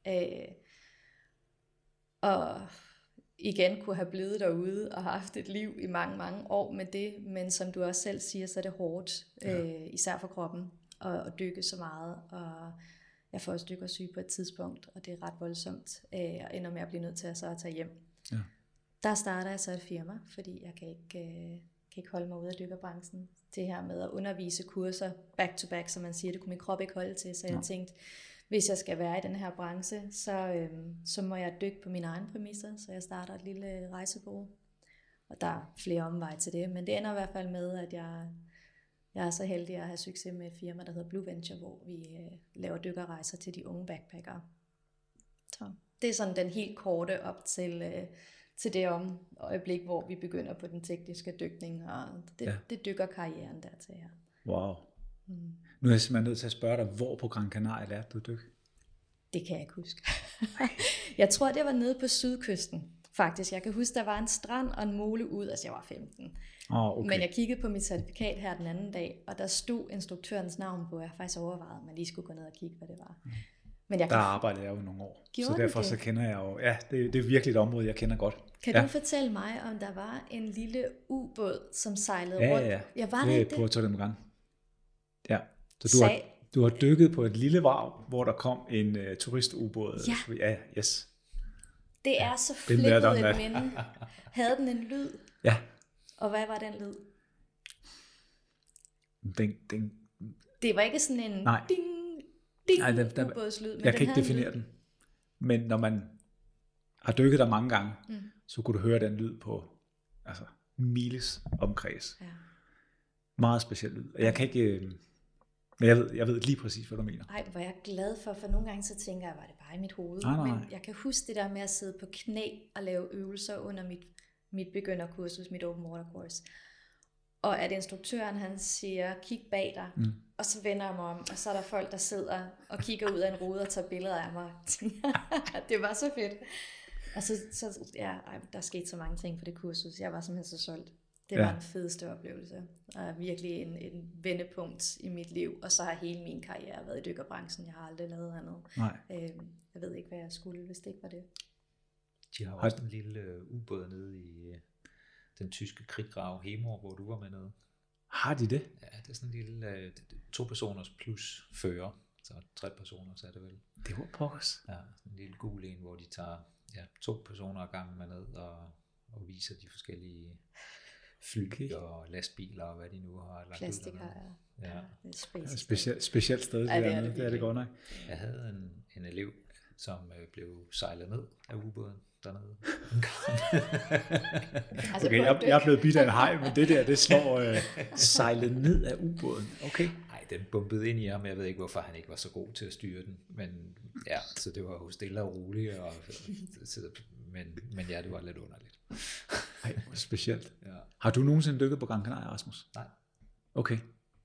Og igen kunne have blevet derude og haft et liv i mange, mange år med det, men som du også selv siger, så er det hårdt, især for kroppen, at dykke så meget, og jeg får også dykkersyge på et tidspunkt, og det er ret voldsomt, og ender med at blive nødt til at tage hjem. Ja. Der starter jeg så et firma, fordi jeg kan ikke holde mig ude af dykkerbranchen. Det her med at undervise kurser back to back, som man siger, det kunne min krop ikke holde til, så jeg tænkte, hvis jeg skal være i den her branche, så må jeg dykke på mine egne præmisser, så jeg starter et lille rejsebureau. Og der er flere omveje til det, men det ender i hvert fald med, at jeg er så heldig at have succes med et firma, der hedder Blue Venture, hvor vi laver dykkerrejser til de unge backpackere. Så det er sådan den helt korte op til det øjeblik, hvor vi begynder på den tekniske dykning, og det dykker karrieren dertil her. Wow. Nu er jeg simpelthen nødt til at spørge dig, hvor på Gran Canaria lærte du at dykke? Det kan jeg ikke huske. Jeg tror, det var nede på sydkysten, faktisk. Jeg kan huske, der var en strand og en mole ud, altså jeg var 15. Okay. Men jeg kiggede på mit certifikat her den anden dag, og der stod instruktørens navn på. Jeg har faktisk overvejet, at man lige skulle gå ned og kigge, hvad det var. Men der arbejdede jeg jo nogle år, så derfor så kender jeg jo, det er virkelig et område, jeg kender godt. Kan du fortælle mig, om der var en lille ubåd, som sejlede rundt? Ja, det er Puerto de Morgan. Ja, så du har dykket på et lille vrag, hvor der kom en turistubåd. Ja, yes. Det er så flippet et minde. Havde den en lyd? Ja. Og hvad var den lyd? Den det var ikke sådan en ding ubådslyd. Jeg kan ikke definere den. Men når man har dykket der mange gange, så kunne du høre den lyd på miles omkreds. Ja. Meget speciel lyd. Jeg kan ikke... Men jeg ved lige præcis, hvad du mener. Ej, hvor jeg er glad for nogle gange så tænker jeg, var det bare i mit hoved. Nej. Men jeg kan huske det der med at sidde på knæ og lave øvelser under mit begynderkursus, mit open water course. Og at instruktøren han siger, kig bag dig, og så vender jeg mig om, og så er der folk, der sidder og kigger ud af en rude og tager billeder af mig. Det var så fedt. Og så der skete så mange ting på det kursus. Jeg var simpelthen så solgt. Det var en fedeste oplevelse, og virkelig en vendepunkt i mit liv, og så har hele min karriere været i dykkerbranchen. Jeg har aldrig lavet andet. Jeg ved ikke, hvad jeg skulle, hvis det ikke var det. De har også en lille ubåd nede i den tyske kriggrav Hemor, hvor du var med nede. Har de det? Ja, det er sådan en lille 2 personers plus fører, så 3 personer, så er det vel. Det var pokkers. Ja, en lille gul en, hvor de tager 2 personer ad gangen med ned og viser de forskellige fly og lastbiler og hvad de nu har lagt plastik ud der. Ja. Specielt sted, det er det godt nok. Jeg havde en elev, som blev sejlet ned af ubåden dernede. Okay, jeg er blevet bidt af en haj, men det slår sejlet ned af ubåden. Okay. Nej, den bumpede ind i ham. Jeg ved ikke, hvorfor han ikke var så god til at styre den. Men ja, så det var jo stille og roligt. Men ja, det var lidt underligt. Ej, specielt. Ja. Har du nogensinde dykket på Gran Canaria, Rasmus? Nej. Okay.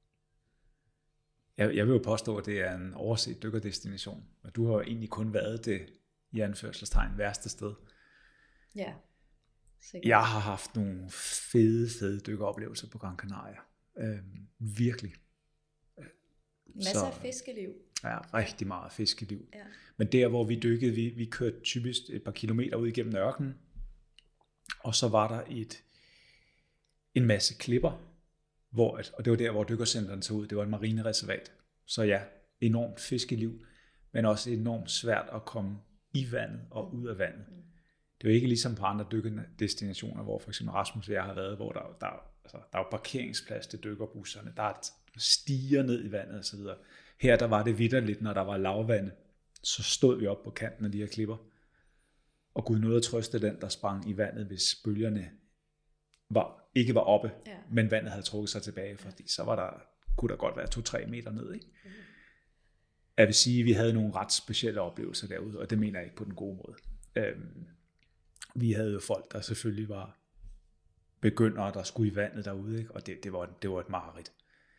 Jeg vil jo påstå, at det er en overset dykkerdestination. Og du har jo egentlig kun været det, i anførselstegn, værste sted. Ja. Sikkert. Jeg har haft nogle fede dykkeroplevelser på Gran Canaria. Virkelig. Masser af fiskeliv. Ja, rigtig meget fiskeliv. Ja. Men der, hvor vi dykkede, vi kørte typisk et par kilometer ud igennem ørkenen. Og så var der en masse klipper, og det var der, hvor dykkercentrene så ud. Det var et marinereservat. Så ja, enormt fiskeliv. men også enormt svært at komme i vandet og ud af vandet. Det er jo ikke ligesom på andre dykkerdestinationer, hvor for eksempel Rasmus og jeg har været, hvor der er jo parkeringsplads til dykkerbusserne, der er stiger ned i vandet og så videre. Her der var det vitterligt, når der var lavvande, så stod vi op på kanten af de her klipper, og Gud nåede at trøste den, der sprang i vandet, hvis bølgerne ikke var oppe, men vandet havde trukket sig tilbage, fordi så kunne der godt være 2-3 meter ned, ikke? Jeg vil sige, at vi havde nogle ret specielle oplevelser derude, og det mener jeg ikke på den gode måde. Vi havde jo folk, der selvfølgelig var begyndere, der skulle i vandet derude, ikke? Og det var et mareridt.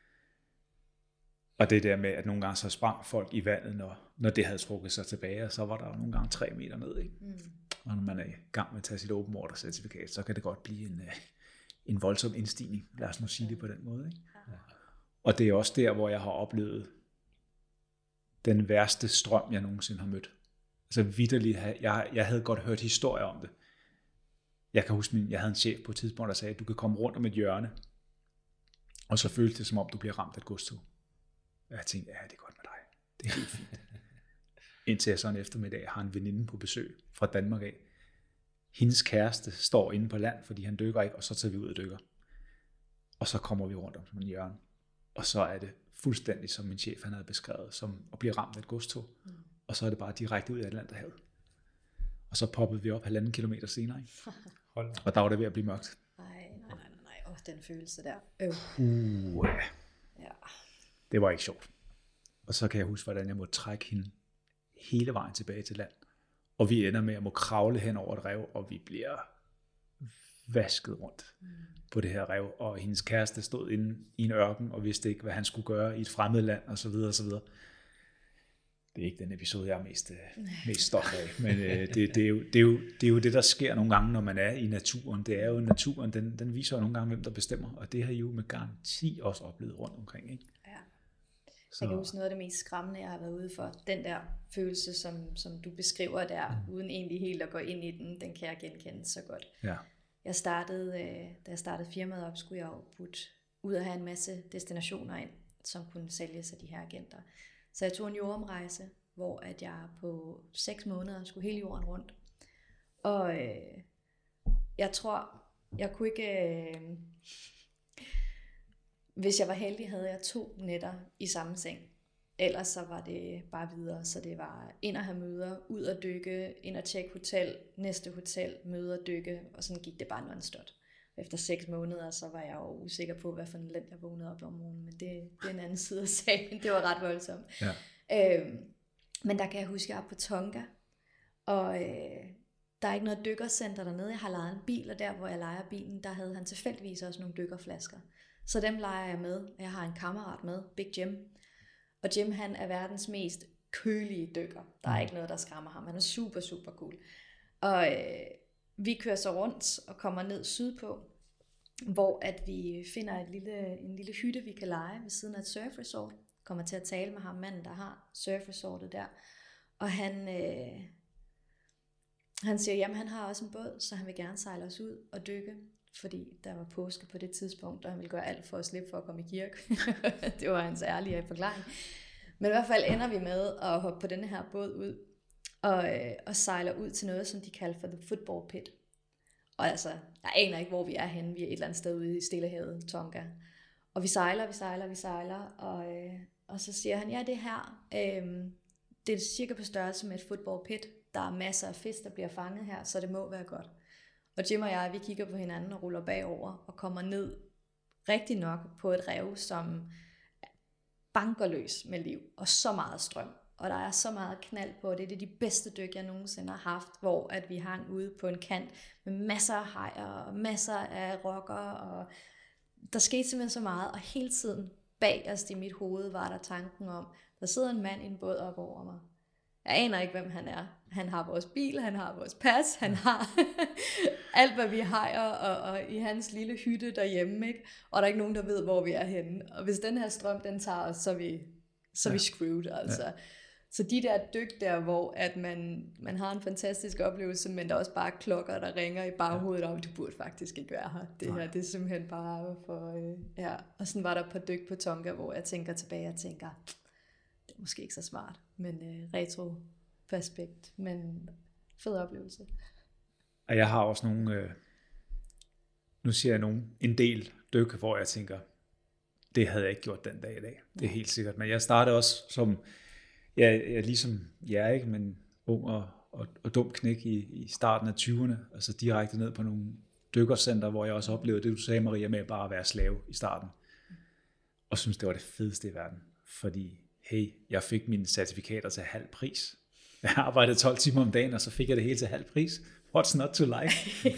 Og det der med, at nogle gange så sprang folk i vandet, når det havde trukket sig tilbage, og så var der jo nogle gange 3 meter ned, ikke? Og når man er i gang med at tage sit open water certifikat, så kan det godt blive en voldsom indstigning. Lad os nu sige det på den måde, ikke? Ja. Og det er også der, hvor jeg har oplevet den værste strøm, jeg nogensinde har mødt. Altså vitterligt, jeg havde godt hørt historier om det. Jeg kan huske, jeg havde en chef på et tidspunkt, der sagde, at du kan komme rundt om et hjørne, og så føles det, som om du bliver ramt af et godstog. Og jeg tænkte, ja, det er godt med dig. Det er helt fint. Indtil jeg så en eftermiddag har en veninde på besøg fra Danmark af. Hendes kæreste står inde på land, fordi han dykker ikke, og så tager vi ud og dykker. Og så kommer vi rundt om en hjørne. Og så er det fuldstændig, som min chef han havde beskrevet, som at blive ramt af et godstog. Og så er det bare direkte ud af Atlanterhavet. Og så poppede vi op 1,5 kilometer senere. Ikke? Og der var det ved at blive mørkt. Nej. Den følelse der. Ja. Det var ikke sjovt. Og så kan jeg huske, hvordan jeg måtte trække hende hele vejen tilbage til land. Og vi ender med at må kravle hen over et rev, og vi bliver vasket rundt på det her rev. Og hendes kæreste stod inde i en ørken, og vidste ikke, hvad han skulle gøre i et fremmed land, og så videre, og så videre. Det er ikke den episode, jeg er mest stolt af, men det er jo det, der sker nogle gange, når man er i naturen. Det er jo naturen, den viser jo nogle gange, hvem der bestemmer, og det har I jo med garanti også oplevet rundt omkring, ikke? Ja. Jeg kan huske noget af det mest skræmmende, jeg har været ude for. Den der følelse, som du beskriver der, uden egentlig helt at gå ind i den kan jeg genkende så godt. Ja. Da jeg startede firmaet op, skulle jeg jo putte ud og have en masse destinationer ind, som kunne sælges af de her agenter. Så jeg tog en jordomrejse, hvor at jeg på 6 måneder skulle hele jorden rundt. Og jeg tror, jeg kunne ikke... Hvis jeg var heldig, havde jeg 2 nætter i samme seng. Ellers så var det bare videre. Så det var ind og have møder, ud og dykke, ind og tjekke hotel, næste hotel, møder, dykke. Og sådan gik det bare non-stop. Efter 6 måneder, så var jeg jo usikker på, hvad for en land jeg vågnede op om morgenen. Men det er en anden side af sagen. Det var ret voldsomt. Ja. Men der kan jeg huske, at jeg er på Tonga. Og der er ikke noget dykkercenter dernede. Jeg har lejet en bil, og der hvor jeg lejer bilen, der havde han tilfældigvis også nogle dykkerflasker. Så dem leger jeg med. Jeg har en kammerat med, Big Jim. Og Jim, han er verdens mest kølige dykker. Der er ikke noget, der skræmmer ham. Han er super, super cool. Og vi kører så rundt og kommer ned sydpå, hvor at vi finder en lille hytte, vi kan leje ved siden af et surfresort. Kommer til at tale med ham, manden, der har surfresortet der. Og han siger, jamen han har også en båd, så han vil gerne sejle os ud og dykke. Fordi der var påske på det tidspunkt, og han ville gøre alt for at slippe for at komme i kirke. Det var hans ærlige forklaring. Men i hvert fald ender vi med at hoppe på denne her båd ud, og sejler ud til noget, som de kalder for the football pit. Og altså, jeg aner ikke, hvor vi er henne. Vi er et eller andet sted ude i Stillehavet, Tonga. Og vi sejler, og så siger han, ja, det her, det er cirka på størrelse med et football pit. Der er masser af fisk, der bliver fanget her, så det må være godt. Og Jim og jeg, vi kigger på hinanden og ruller bagover og kommer ned rigtig nok på et rev, som banker løs med liv og så meget strøm. Og der er så meget knald på. Det er de bedste dyk, jeg nogensinde har haft, hvor at vi hang ude på en kant med masser af hajer og masser af rokker. Og der skete simpelthen så meget, og hele tiden bag os i mit hoved var der tanken om, der sidder en mand i en båd op over mig. Jeg aner ikke, hvem han er. Han har vores bil, han har vores pas, han har alt, hvad vi har, og i hans lille hytte derhjemme, ikke? Og der er ikke nogen, der ved, hvor vi er henne. Og hvis den her strøm, den tager os, så er vi screwed, altså. Ja. Så de der dyk der, hvor at man har en fantastisk oplevelse, men der er også bare klokker, der ringer i baghovedet om, du burde faktisk ikke være her. Det her, det er simpelthen bare for... Og sådan var der på dyk på Tonga, hvor jeg tænker tilbage og tænker... det er måske ikke så smart, men retro-perspekt, men fed oplevelse. Og jeg har også nogle, nu siger jeg en del dyk, hvor jeg tænker, det havde jeg ikke gjort den dag i dag. Det er helt sikkert. Men jeg startede også som, jeg ligesom jer, ikke, men ung og dum knæk i starten af 20'erne, altså direkte ned på nogle dykkercenter, hvor jeg også oplevede det, du sagde, Maria, med bare at være slave i starten. Og synes, det var det fedeste i verden. Fordi, hey, jeg fik mine certifikater til halv pris. Jeg arbejdede 12 timer om dagen, og så fik jeg det hele til halv pris. What's not to like?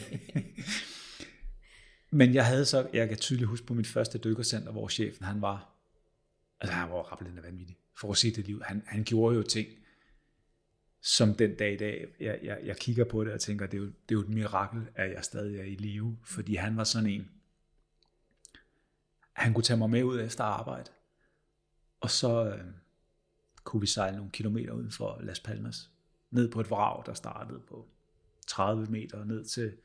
Men jeg kan tydeligt huske på mit første dykkercenter, hvor chefen, han var rablende vanvittig. For at sige det liv. Han gjorde jo ting, som den dag i dag, jeg kigger på det og tænker, det er jo et mirakel, at jeg stadig er i live. Fordi han var sådan en, han kunne tage mig med ud efter arbejde, og så kunne vi sejle nogle kilometer uden for Las Palmas, ned på et vrag, der startede på 30 meter, ned til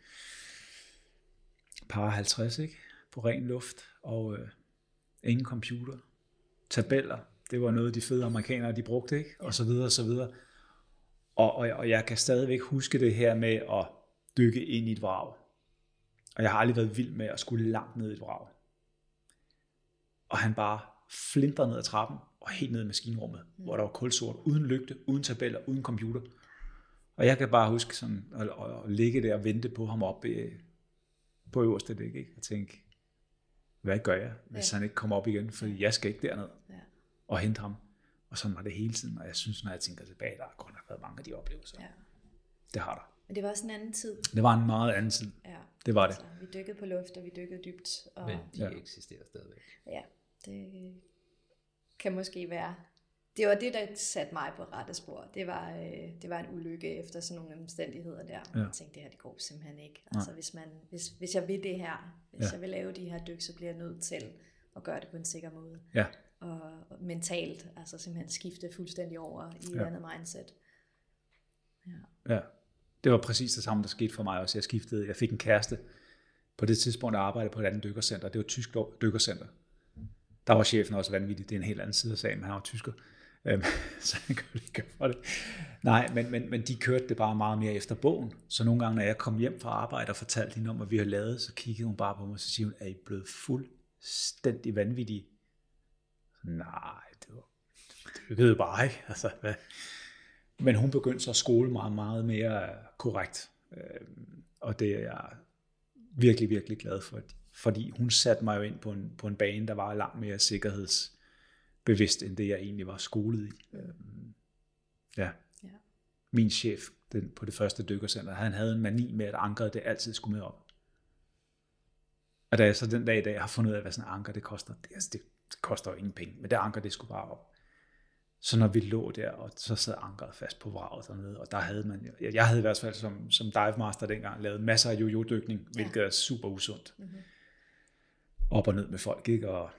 par 50, ikke? På ren luft, og ingen computer, tabeller, det var noget, de fede amerikanere, de brugte, ikke? Og så videre, og så videre. Og jeg kan stadigvæk huske det her med at dykke ind i et vrag. Og jeg har aldrig været vild med at skulle langt ned i et vrag. Og han bare flinter ned ad trappen, og helt ned i maskinrummet, hvor der var kulsort, uden lygte, uden tabeller, uden computer. Og jeg kan bare huske sådan, at ligge der og vente på ham op på øverste dæk, ikke? Og tænke, hvad gør jeg, hvis han ikke kommer op igen, for jeg skal ikke derned og hente ham. Og sådan var det hele tiden, og jeg synes, når jeg tænker tilbage, der har godt nok været mange af de oplevelser. Ja. Det har der. Men det var også en anden tid. Det var en meget anden tid. Ja. Det var det. Altså, vi dykkede på luft, og vi dykkede dybt. Og men de eksisterer stadigvæk. Ja, det kan måske være. Det var det, der satte mig på rette spor. Det var en ulykke efter sådan nogle omstændigheder der. Ja. Jeg tænkte, det her det går simpelthen ikke. Altså, hvis jeg vil det her, hvis jeg vil lave de her dyk, så bliver jeg nødt til at gøre det på en sikker måde. Ja. Og mentalt, altså simpelthen skifte fuldstændig over i et andet mindset. Ja. Det var præcis det samme, der skete for mig også. Jeg fik en kæreste. På det tidspunkt, jeg arbejdede på et andet dykkercenter. Det var et tysk dykkercenter. Der var chefen også vanvittig. Det er en helt anden side af sagen, men han var tysker. Så han kunne ikke gøre for det. Nej, men de kørte det bare meget mere efter bogen. Så nogle gange, når jeg kom hjem fra arbejde og fortalte hende om, hvad vi har lavet, så kiggede hun bare på mig og så siger hun, er I blevet fuldstændig vanvittige? Nej, det ved bare ikke. Altså, hvad? Men hun begyndte så at skole meget, meget mere korrekt. Og det er jeg virkelig, virkelig glad for. Fordi hun satte mig jo ind på en bane, der var langt mere sikkerhedsbevidst, end det jeg egentlig var skolet i. Ja. Min chef på det første dykkercenter, han havde en mani med, at ankeret det altid skulle med op. Og da jeg så den dag i dag har fundet ud af, hvad sådan en anker det koster, det koster jo ingen penge, men det anker det skulle bare op. Så når vi lå der, og så sad ankeret fast på vraget dernede, og der havde man, jeg havde i hvert fald som dive master dengang lavet masser af jojo-dykning, hvilket er super usundt. Mm-hmm. Op og ned med folk, ikke? Og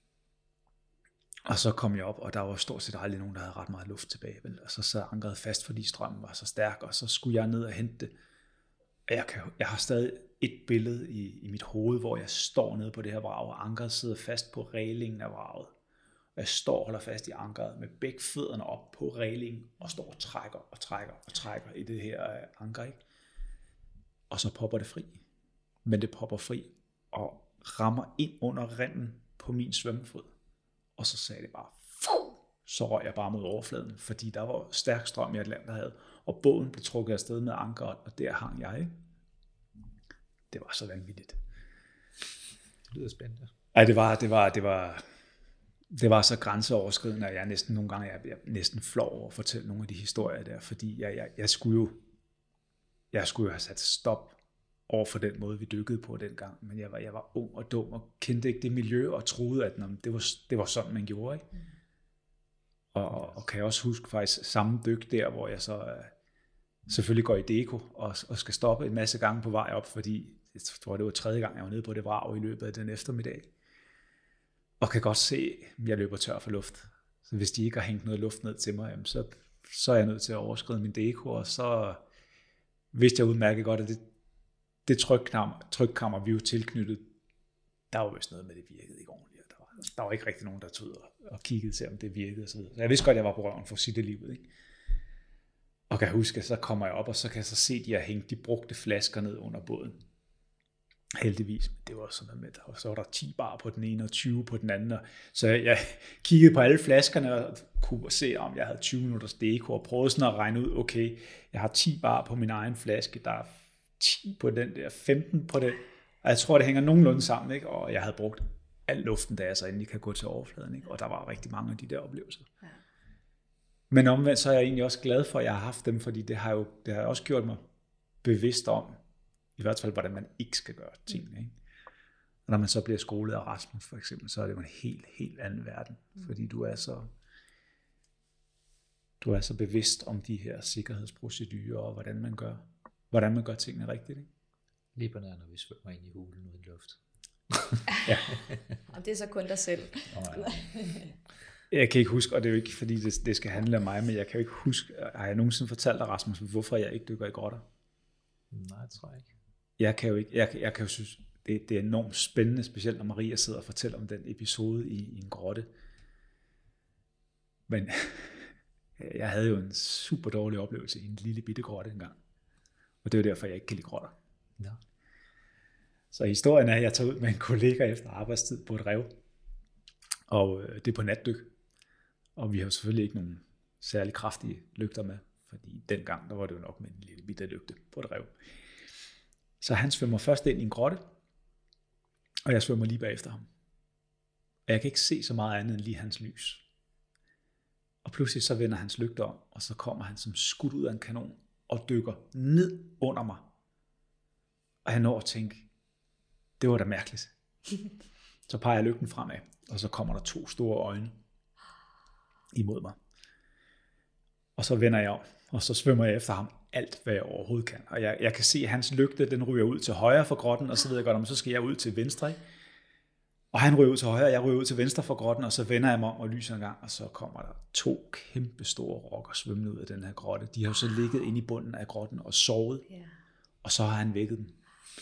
så kom jeg op, og der var stort set aldrig nogen, der havde ret meget luft tilbage, vel? Og så sad ankeret fast, fordi strømmen var så stærk, og så skulle jeg ned og hente det. Jeg har stadig et billede i mit hoved, hvor jeg står nede på det her vrag, og ankeret sidder fast på reglingen af vraget. Og jeg står og holder fast i ankeret med begge fødderne op på reglingen, og står og trækker i det her anker, ikke? Og så popper det fri. Men det popper fri og rammer ind under remmen på min svømmefod. Og så sagde det bare, så røg jeg bare mod overfladen, fordi der var stærk strøm i Atlanterhavet, og båden blev trukket afsted med ankeret, og der hang jeg, ikke? Det var så vanvittigt. Det lyder spændende. Ej, det var så grænseoverskridende, at jeg næsten nogle gange jeg næsten flov over at fortælle nogle af de historier der, fordi jeg skulle jo have sat stop over for den måde, vi dykkede på dengang, men jeg var ung og dum og kendte ikke det miljø og troede, at det var sådan, man gjorde, ikke? Og kan jeg også huske faktisk samme dyk der, hvor jeg så selvfølgelig går i deko og skal stoppe en masse gange på vej op, fordi jeg tror, det var 3. gang, jeg var nede på det vrag i løbet af den eftermiddag. Og kan godt se, at jeg løber tør for luft. Så hvis de ikke har hængt noget luft ned til mig, så er jeg nødt til at overskride min deko, og så vidste jeg udmærket godt, at det trykkammer, vi jo tilknyttet, der var vist noget med, det virkede ikke ordentligt. Der var der var ikke rigtig nogen, der tog og kiggede til, om det virkede og så videre. Så jeg vidste godt, at jeg var på røven for sit livet, ikke? Og kan huske, så kommer jeg op, og så kan jeg så se, de har hængt de brugte flasker ned under båden. Heldigvis, men det var sådan noget med, og så var der 10 bar på den ene og 20 på den anden, og så jeg kiggede på alle flaskerne og kunne se, om jeg havde 20 minutters deko, og prøvede sådan at regne ud, okay, jeg har 10 bar på min egen flaske, der er 10 på den der, 15 på den, og jeg tror, det hænger nogenlunde sammen, ikke? Og jeg havde brugt al luften, da jeg så endelig kan gå til overfladen, ikke? Og der var rigtig mange af de der oplevelser. Ja. Men omvendt, så er jeg egentlig også glad for, at jeg har haft dem, fordi det har også gjort mig bevidst om, i hvert fald, hvordan man ikke skal gøre tingene. Ikke? Og når man så bliver skolet af Rasmus, for eksempel, så er det jo en helt anden verden, fordi du er så bevidst om de her sikkerhedsprocedurer, og hvordan man gør tingene rigtigt. Ikke? Lige på nær, når vi svømmer ind i hulen uden luft. Ja. Og det er så kun dig selv. Jeg kan ikke huske, og det er jo ikke, fordi det skal handle om mig, men jeg kan jo ikke huske, har jeg nogensinde fortalt dig, Rasmus, hvorfor jeg ikke dykker i grotter? Nej, det tror jeg ikke. Jeg kan jo ikke, jeg kan jo synes, det er enormt spændende, specielt når Maria sidder og fortæller om den episode i en grotte. Men jeg havde jo en super dårlig oplevelse i en lille bitte grotte engang. Og det er jo derfor, jeg ikke kan lide grotter. Ja. Så historien er, at jeg tager ud med en kollega efter arbejdstid på et rev. Og det er på natdyk. Og vi har jo selvfølgelig ikke nogen særlig kraftige lygter med. Fordi dengang, der var det jo nok med en lille bitte lygte på et rev. Så han svømmer først ind i en grotte. Og jeg svømmer lige bagefter ham. Og jeg kan ikke se så meget andet end lige hans lys. Og pludselig så vender hans lygte om. Og så kommer han som skudt ud af en kanon. Og dykker ned under mig. Og jeg når at tænke, det var da mærkeligt. Så peger jeg lygten fremad. Og så kommer der 2 store øjne imod mig. Og så vender jeg om, og så svømmer jeg efter ham alt, hvad jeg overhovedet kan. Og jeg kan se, at hans lygte, den ryger ud til højre for grotten, og så ved jeg godt, om så skal jeg ud til venstre. Ikke? Og han ryger ud til højre, og jeg ryger ud til venstre for grotten, og så vender jeg mig om og lyser en gang, og så kommer der 2 kæmpe store rokker svømmende ud af den her grotte. De har jo så ligget inde i bunden af grotten og sovet, og så har han vækket dem.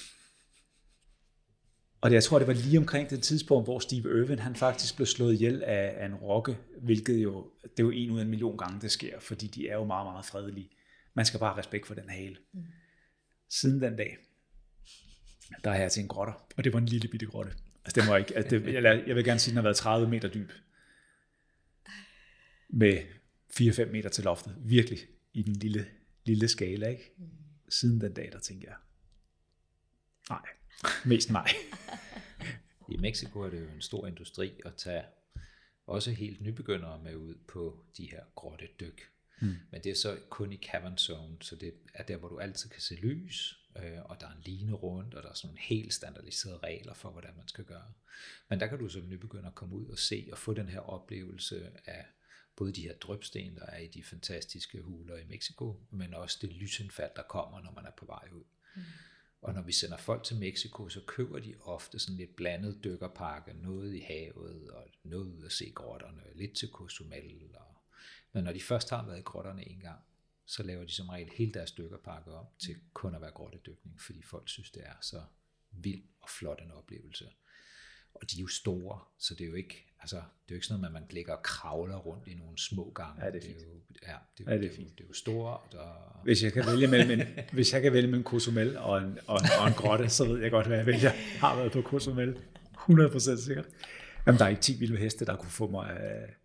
Og jeg tror, det var lige omkring det tidspunkt, hvor Steve Irwin, han faktisk blev slået ihjel af en rokke, hvilket jo, det er jo 1 ud af 1 million gange, det sker, fordi de er jo meget, meget fredelige. Man skal bare have respekt for den hale. Siden den dag, der er jeg til en grotter, og det var en lille bitte grotte. Altså det var ikke, altså jeg vil gerne sige, den har været 30 meter dyb. Med 4-5 meter til loftet. Virkelig i den lille skala, ikke? Siden den dag, der tænkte jeg, nej. Mest nej. I Mexico er det jo en stor industri at tage også helt nybegyndere med ud på de her grottedyk. Men det er så kun i cavern zone, så det er der, hvor du altid kan se lys, og der er en line rundt, og der er sådan nogle helt standardiserede regler for, hvordan man skal gøre. Men der kan du som nybegynder komme ud og se og få den her oplevelse af både de her drypsten, der er i de fantastiske huler i Mexico, men også det lysindfald, der kommer, når man er på vej ud. Og når vi sender folk til Mexico, så køber de ofte sådan lidt blandet dykkerpakke, noget i havet og noget ud at se grotterne, lidt til Cozumel. Men når de først har været i grotterne en gang, så laver de som regel hele deres dykkerpakke om til kun at være grottedykning, fordi folk synes, det er så vild og flot en oplevelse. Og de er jo store, så det er jo ikke, det er jo ikke sådan noget, at man ligger og kravler rundt i nogle små gange. Ja, det er fint. Det er jo stort. Og... Hvis jeg kan vælge mellem Cozumel og en grotte, så ved jeg godt, hvad jeg vælger. Jeg har været på Cozumel, 100% sikkert. Jamen, der er ikke 10 vilde heste, der kunne få mig...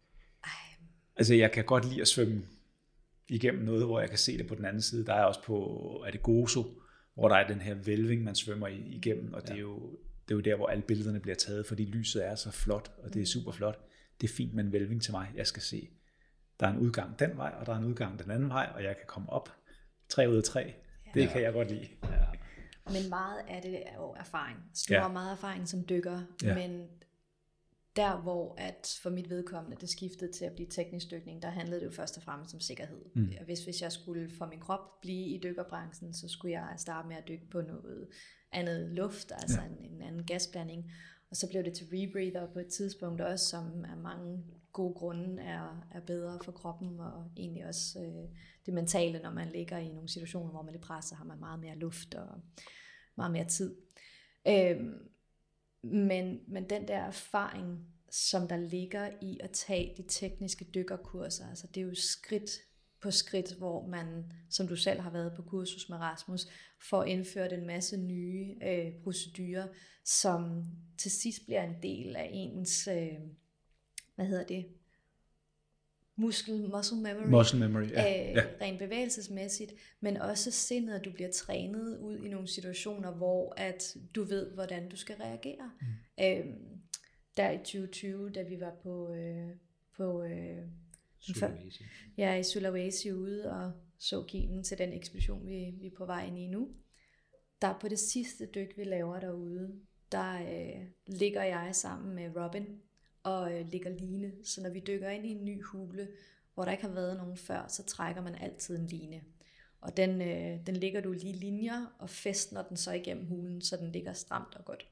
Altså, jeg kan godt lide at svømme igennem noget, hvor jeg kan se det på den anden side. Der er også på Gozo, hvor der er den her hvælving, man svømmer igennem, og det er jo der, hvor alle billederne bliver taget, fordi lyset er så flot, og det er super flot. Det er fint med en hvælving til mig. Jeg skal se, der er en udgang den vej, og der er en udgang den anden vej, og jeg kan komme op 3 ud af 3. Det kan jeg godt lide. Ja. Men meget af det er jo erfaring. Så du har meget erfaring som dykker, men der hvor at for mit vedkommende det skiftede til at blive teknisk dykning, der handlede det jo først og fremmest om sikkerhed. Hvis jeg skulle for min krop blive i dykkerbranchen, så skulle jeg starte med at dykke på noget andet luft, altså en anden gasblanding. Og så blev det til rebreather på et tidspunkt også, som af mange gode grunde er bedre for kroppen, og egentlig også det mentale, når man ligger i nogle situationer, hvor man er presset, har man meget mere luft og meget mere tid. Men den der erfaring som der ligger i at tage de tekniske dykkerkurser. Altså det er jo skridt på skridt, hvor man, som du selv har været på kursus med Rasmus, får indført en masse nye procedurer, som til sidst bliver en del af ens, muscle memory, rent bevægelsesmæssigt, men også sindet, at du bliver trænet ud i nogle situationer, hvor at du ved, hvordan du skal reagere. Der i 2020, da vi var på Sulawesi. i Sulawesi ude og så kimen til den ekspedition, vi er på vej ind i nu. Der på det sidste dyk, vi laver derude, der ligger jeg sammen med Robin og ligger line. Så når vi dykker ind i en ny hule, hvor der ikke har været nogen før, så trækker man altid en line. Og den ligger du lige linjer og fæstner den så igennem hulen, så den ligger stramt og godt.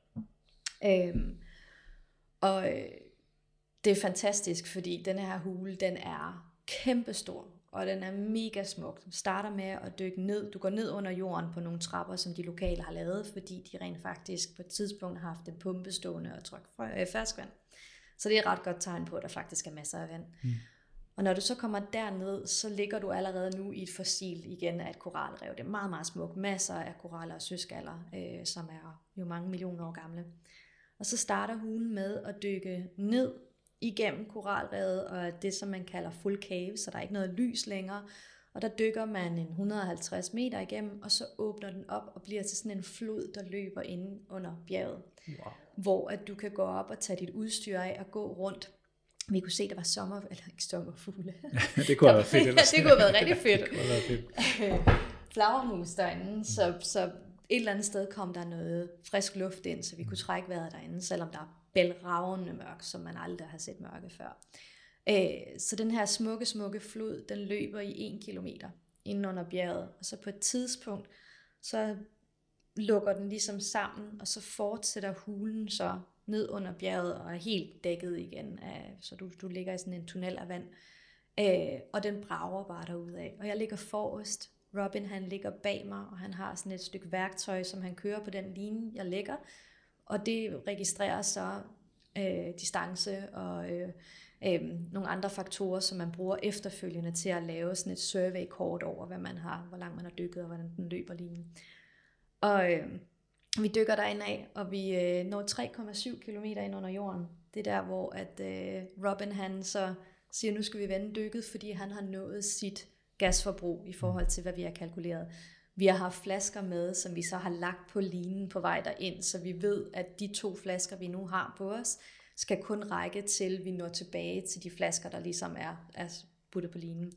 Det er fantastisk, fordi den her hule, den er kæmpestor, og den er mega smuk. Du starter med at dykke ned. Du går ned under jorden på nogle trapper, som de lokale har lavet, fordi de rent faktisk på et tidspunkt har haft en pumpe stående og tryk ferskvand. Så det er et ret godt tegn på, at der faktisk er masser af vand. Og når du så kommer derned, så ligger du allerede nu i et fossil igen af et koralrev. Det er meget, meget smukt. Masser af koraller og søskaller, som er jo mange millioner år gamle. Og så starter hulen med at dykke ned igennem koralrevet, og det som man kalder full cave, så der er ikke noget lys længere. Og der dykker man en 150 meter igennem, og så åbner den op og bliver til sådan en flod, der løber inde under bjerget. Wow. Hvor at du kan gå op og tage dit udstyr af og gå rundt. Vi kunne se, der var sommerfugle. Det kunne have været fedt. Det kunne have været rigtig fedt. Flagermus derinde, så et eller andet sted kom der noget frisk luft ind, så vi kunne trække vejret derinde, selvom der er bælragende mørk, som man aldrig har set mørke før. Så den her smukke flod, den løber i 1 kilometer inde under bjerget, og så på et tidspunkt, så lukker den ligesom sammen, og så fortsætter hulen så ned under bjerget og er helt dækket igen, så du ligger i sådan en tunnel af vand, og den brager bare derudad. Og jeg ligger forrest, Robin han ligger bag mig, og han har sådan et stykke værktøj, som han kører på den line, jeg lægger, og det registrerer så distance og nogle andre faktorer, som man bruger efterfølgende til at lave sådan et survey-kort over, hvad man har, hvor langt man har dykket, og hvordan den løber linjen. Og vi dykker derinde af, og vi når 3,7 kilometer ind under jorden. Det er der, hvor at Robin han så siger, nu skal vi vende dykket, fordi han har nået sit gasforbrug i forhold til, hvad vi har kalkuleret. Vi har haft flasker med, som vi så har lagt på linen på vej derind, så vi ved, at de 2 flasker, vi nu har på os, skal kun række til, vi når tilbage til de flasker, der ligesom er puttet på linen.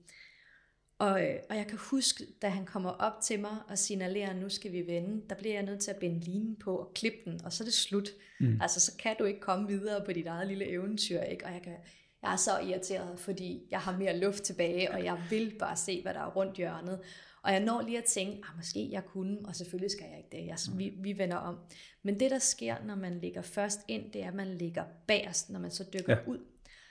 Og jeg kan huske, da han kommer op til mig og signalerer, nu skal vi vende, der bliver jeg nødt til at binde linen på og klippe den, og så er det slut. Altså, så kan du ikke komme videre på dit eget lille eventyr, ikke? Og jeg er så irriteret, fordi jeg har mere luft tilbage, og jeg vil bare se, hvad der er rundt hjørnet. Og jeg når lige at tænke, måske jeg kunne, og selvfølgelig skal jeg ikke det. Vi vender om. Men det, der sker, når man ligger først ind, det er, at man ligger bagerst, når man så dykker ud.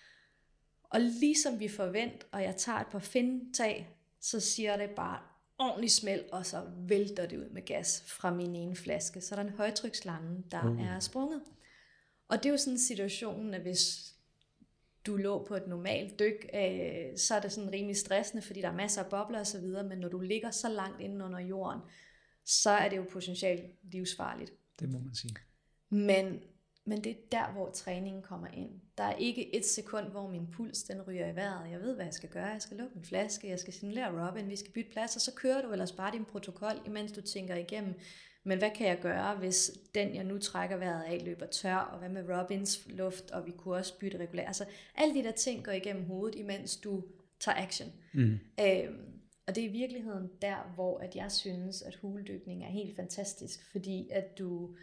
Og ligesom vi forventer, og jeg tager et par findtag, så siger det bare ordentligt smæld, og så vælter det ud med gas fra min ene flaske. Så er der en højtryksslange, der er sprunget. Og det er jo sådan en situation, at hvis du lå på et normalt dyk, så er det sådan rimelig stressende, fordi der er masser af bobler og så videre, men når du ligger så langt inde under jorden, så er det jo potentielt livsfarligt. Det må man sige. Men det er der, hvor træningen kommer ind. Der er ikke et sekund, hvor min puls den ryger i vejret. Jeg ved, hvad jeg skal gøre. Jeg skal lukke min flaske, jeg skal signalere Robin, vi skal bytte plads, og så kører du ellers bare din protokol, imens du tænker igennem, men hvad kan jeg gøre, hvis den, jeg nu trækker vejret af, løber tør, og hvad med Robins luft, og vi kunne også bytte regulært. Altså, alle de der ting går igennem hovedet, imens du tager action. Og det er i virkeligheden der, hvor at jeg synes, at huledykning er helt fantastisk, fordi at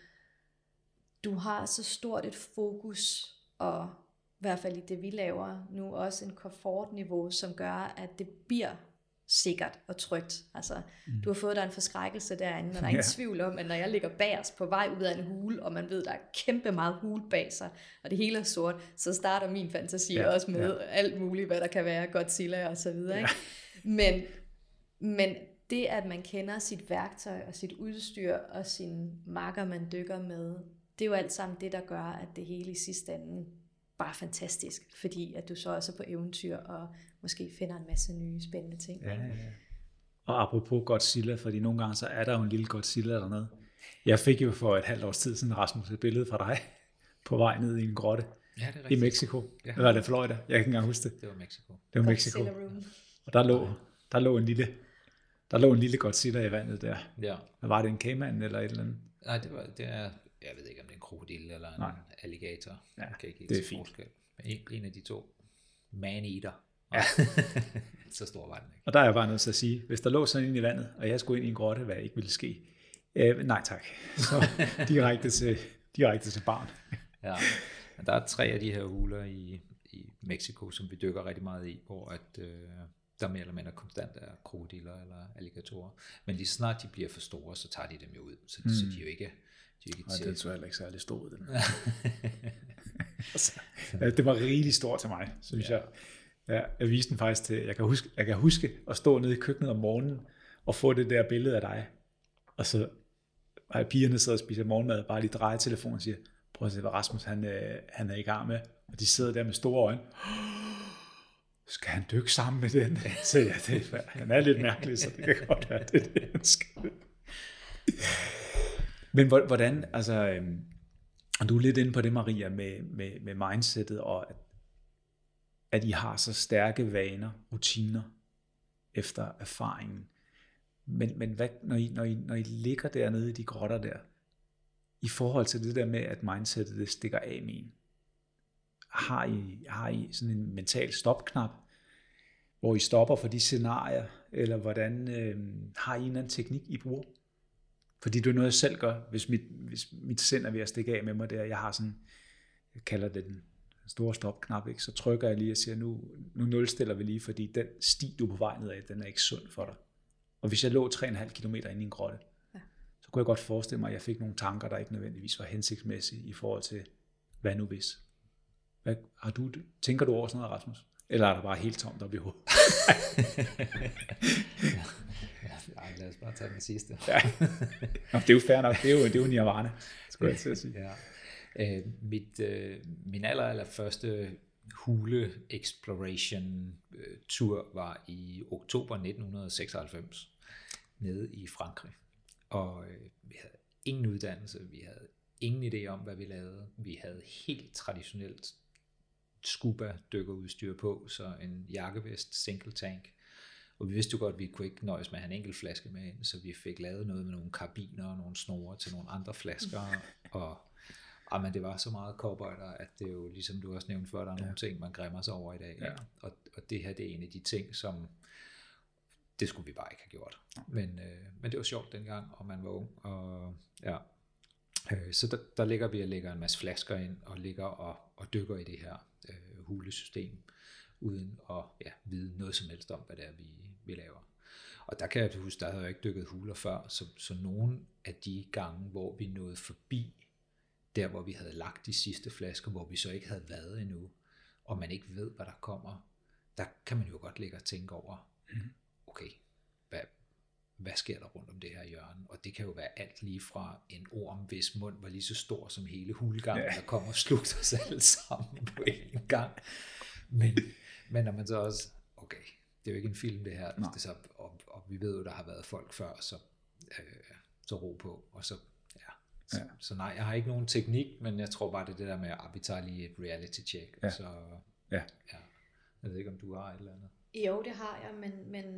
du har så stort et fokus, og i hvert fald i det, vi laver nu, også en komfortniveau, som gør, at det bliver sikkert og trygt. Altså, du har fået dig en forskrækkelse derinde, og der er ingen tvivl om, at når jeg ligger bagerst på vej ud af en hule, og man ved, der er kæmpe meget hule bag sig, og det hele er sort, så starter min fantasi også med alt muligt, hvad der kan være, Godzilla og så videre. Ikke? Men det, at man kender sit værktøj og sit udstyr og sine marker, man dykker med, det er jo alt sammen det, der gør, at det hele i sidste ende bare fantastisk, fordi at du så også er på eventyr, og måske finder en masse nye spændende ting. Ja. Og apropos Godzilla, fordi nogle gange så er der jo en lille Godzilla dernede. Jeg fik jo for et halvt års tid siden, Rasmus, et billede fra dig på vej ned i en grotte i Mexico. Ja. Eller var det Florida? Jeg kan ikke engang huske det. Det var Mexico. Det var Mexico. Og der lå en lille Godzilla i vandet der. Ja. Var det en caiman eller et eller andet? Nej, det er, jeg ved ikke om det er en krokodil eller en alligator. Ja, kan ikke det er fint. En af de to. Man-eater. Ja. Så stor var den ikke. Og der er jeg bare nødt til at sige, hvis der lå sådan en i vandet, og jeg skulle ind i en grotte, hvad ikke ville ske. Nej tak. Så direkte til barn. Ja, men der er 3 af de her huler i Mexico, som vi dykker rigtig meget i, hvor at, der mere eller mindre konstant er krokodiller eller alligatorer. Men lige snart de bliver for store, så tager de dem jo ud. Så de er jo ikke Nej, det tror jeg heller ikke særlig stor ud. Det var rigtig stort til mig, synes jeg. Ja, jeg viste den faktisk til, jeg kan huske at stå nede i køkkenet om morgenen og få det der billede af dig. Og så har pigerne sidder og spiser morgenmad, bare lige drejer telefonen og siger, prøv at se, hvad Rasmus han er i gang med. Og de sidder der med store øjne. Skal han dykke sammen med den? Så ja, han er lidt mærkelig, så det kan godt være, det han skal. Men hvordan, altså, og du er lidt inde på det, Maria, med mindsetet, og at I har så stærke vaner, rutiner, efter erfaringen. Men hvad, når I ligger dernede i de grotter der, i forhold til det der med, at mindsetet det stikker af med en, har I sådan en mental stopknap, hvor I stopper for de scenarier, eller hvordan har I en anden teknik, I bruger? Fordi det er noget, jeg selv gør, hvis mit sind er ved at stikke af med mig der. Jeg har sådan, jeg kalder det den store stopknap, ikke? Så trykker jeg lige og siger, nu nulstiller vi lige, fordi den sti, du er på vej ned af, den er ikke sund for dig. Og hvis jeg lå 3,5 kilometer inde i en grotte, så kunne jeg godt forestille mig, at jeg fik nogle tanker, der ikke nødvendigvis var hensigtsmæssige i forhold til, hvad nu hvis? Tænker du over sådan noget, Rasmus? Eller er der bare helt tomt op i hovedet? Ja, lad os bare tage den sidste. Ja. Nå, det er jo fair nok. Det er jo nirvana, skulle jeg til at sige. Ja. Min allerførste hule exploration tur var i oktober 1996 nede i Frankrig. Og vi havde ingen uddannelse, vi havde ingen idé om, hvad vi lavede. Vi havde helt traditionelt scuba-dykkerudstyr på, så en jakkevest, single tank. Og vi vidste jo godt, at vi kunne ikke nøjes med at have en enkelt flaske med ind, så vi fik lavet noget med nogle karbiner og nogle snore til nogle andre flasker. Men det var så meget cowboyder, at det er jo, ligesom du også nævnte før, der er nogle ting, man græmmer sig over i dag. Ja. Og det her, det er en af de ting, som det skulle vi bare ikke have gjort. Men det var sjovt dengang, og man var ung. Og, ja. Så der ligger vi og lægger en masse flasker ind, og ligger og dykker i det her hulesystem, uden at vide noget som helst om, hvad det er, vi laver. Og der kan jeg huske, der havde jeg ikke dykket huler før, så nogle af de gange, hvor vi nåede forbi, der hvor vi havde lagt de sidste flasker, hvor vi så ikke havde været endnu, og man ikke ved, hvad der kommer, der kan man jo godt ligge og tænke over, okay, hvad sker der rundt om det her hjørne? Og det kan jo være alt lige fra en orm, hvis mund var lige så stor som hele hulgangen, der kommer og slugter os alle sammen på en gang. Men når man så også, okay, det er jo ikke en film det her, det så, og vi ved jo, der har været folk før, så ro på, og så, så nej, jeg har ikke nogen teknik, men jeg tror bare, det er det der med, at vi tager lige et reality check, så jeg ved ikke, om du har et eller andet. Jo, det har jeg,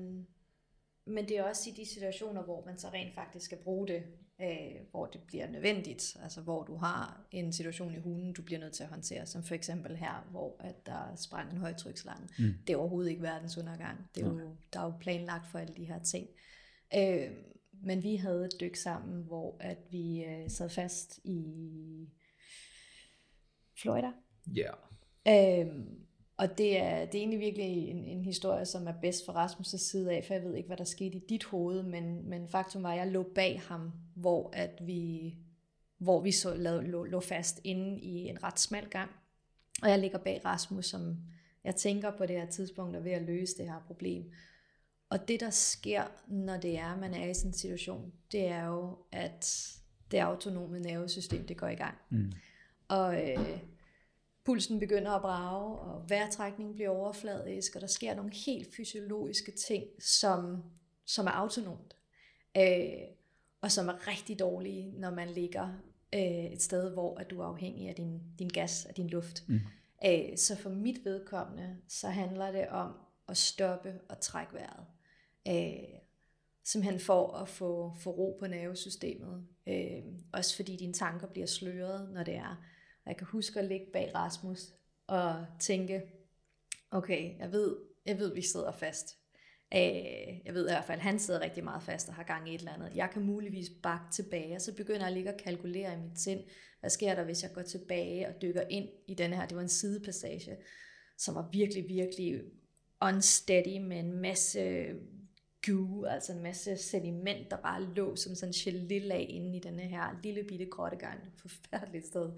men det er også i de situationer, hvor man så rent faktisk skal bruge det, hvor det bliver nødvendigt, altså hvor du har en situation i hulen, du bliver nødt til at håndtere, som for eksempel her, hvor at der sprang en højtryksslange. Det er overhovedet ikke verdens undergang. Det er jo, der er jo planlagt for alle de her ting. Men vi havde et dyk sammen, hvor at vi sad fast i Florida. Ja. Og det er egentlig virkelig en historie, som er bedst for Rasmus' side af, for jeg ved ikke, hvad der skete i dit hoved, men faktum var, at jeg lå bag ham, hvor vi så lå fast inde i en ret smal gang. Og jeg ligger bag Rasmus, som jeg tænker på det her tidspunkt er ved at løse det her problem. Og det, der sker, når det er, man er i sådan en situation, det er jo, at det autonome nervesystem, det går i gang. Og pulsen begynder at brage, og vejrtrækningen bliver overfladisk, og der sker nogle helt fysiologiske ting, som er autonomt, og som er rigtig dårlige, når man ligger et sted, hvor at du er afhængig af din gas, af din luft. Så for mit vedkommende, så handler det om at stoppe og trække vejret. Simpelthen for at få ro på nervesystemet. Også fordi dine tanker bliver sløret, når det er. Og jeg kan huske at ligge bag Rasmus og tænke, okay, jeg ved vi sidder fast. Jeg ved i hvert fald, han sidder rigtig meget fast og har gang i et eller andet. Jeg kan muligvis bakke tilbage, og så begynder jeg at ligge og kalkulere i mit sind. Hvad sker der, hvis jeg går tilbage og dykker ind i denne her? Det var en sidepassage, som var virkelig, virkelig unsteady med en masse goo, altså en masse sediment, der bare lå som sådan en gelé-lag inde i denne her lille bitte grottegang. Forfærdeligt sted.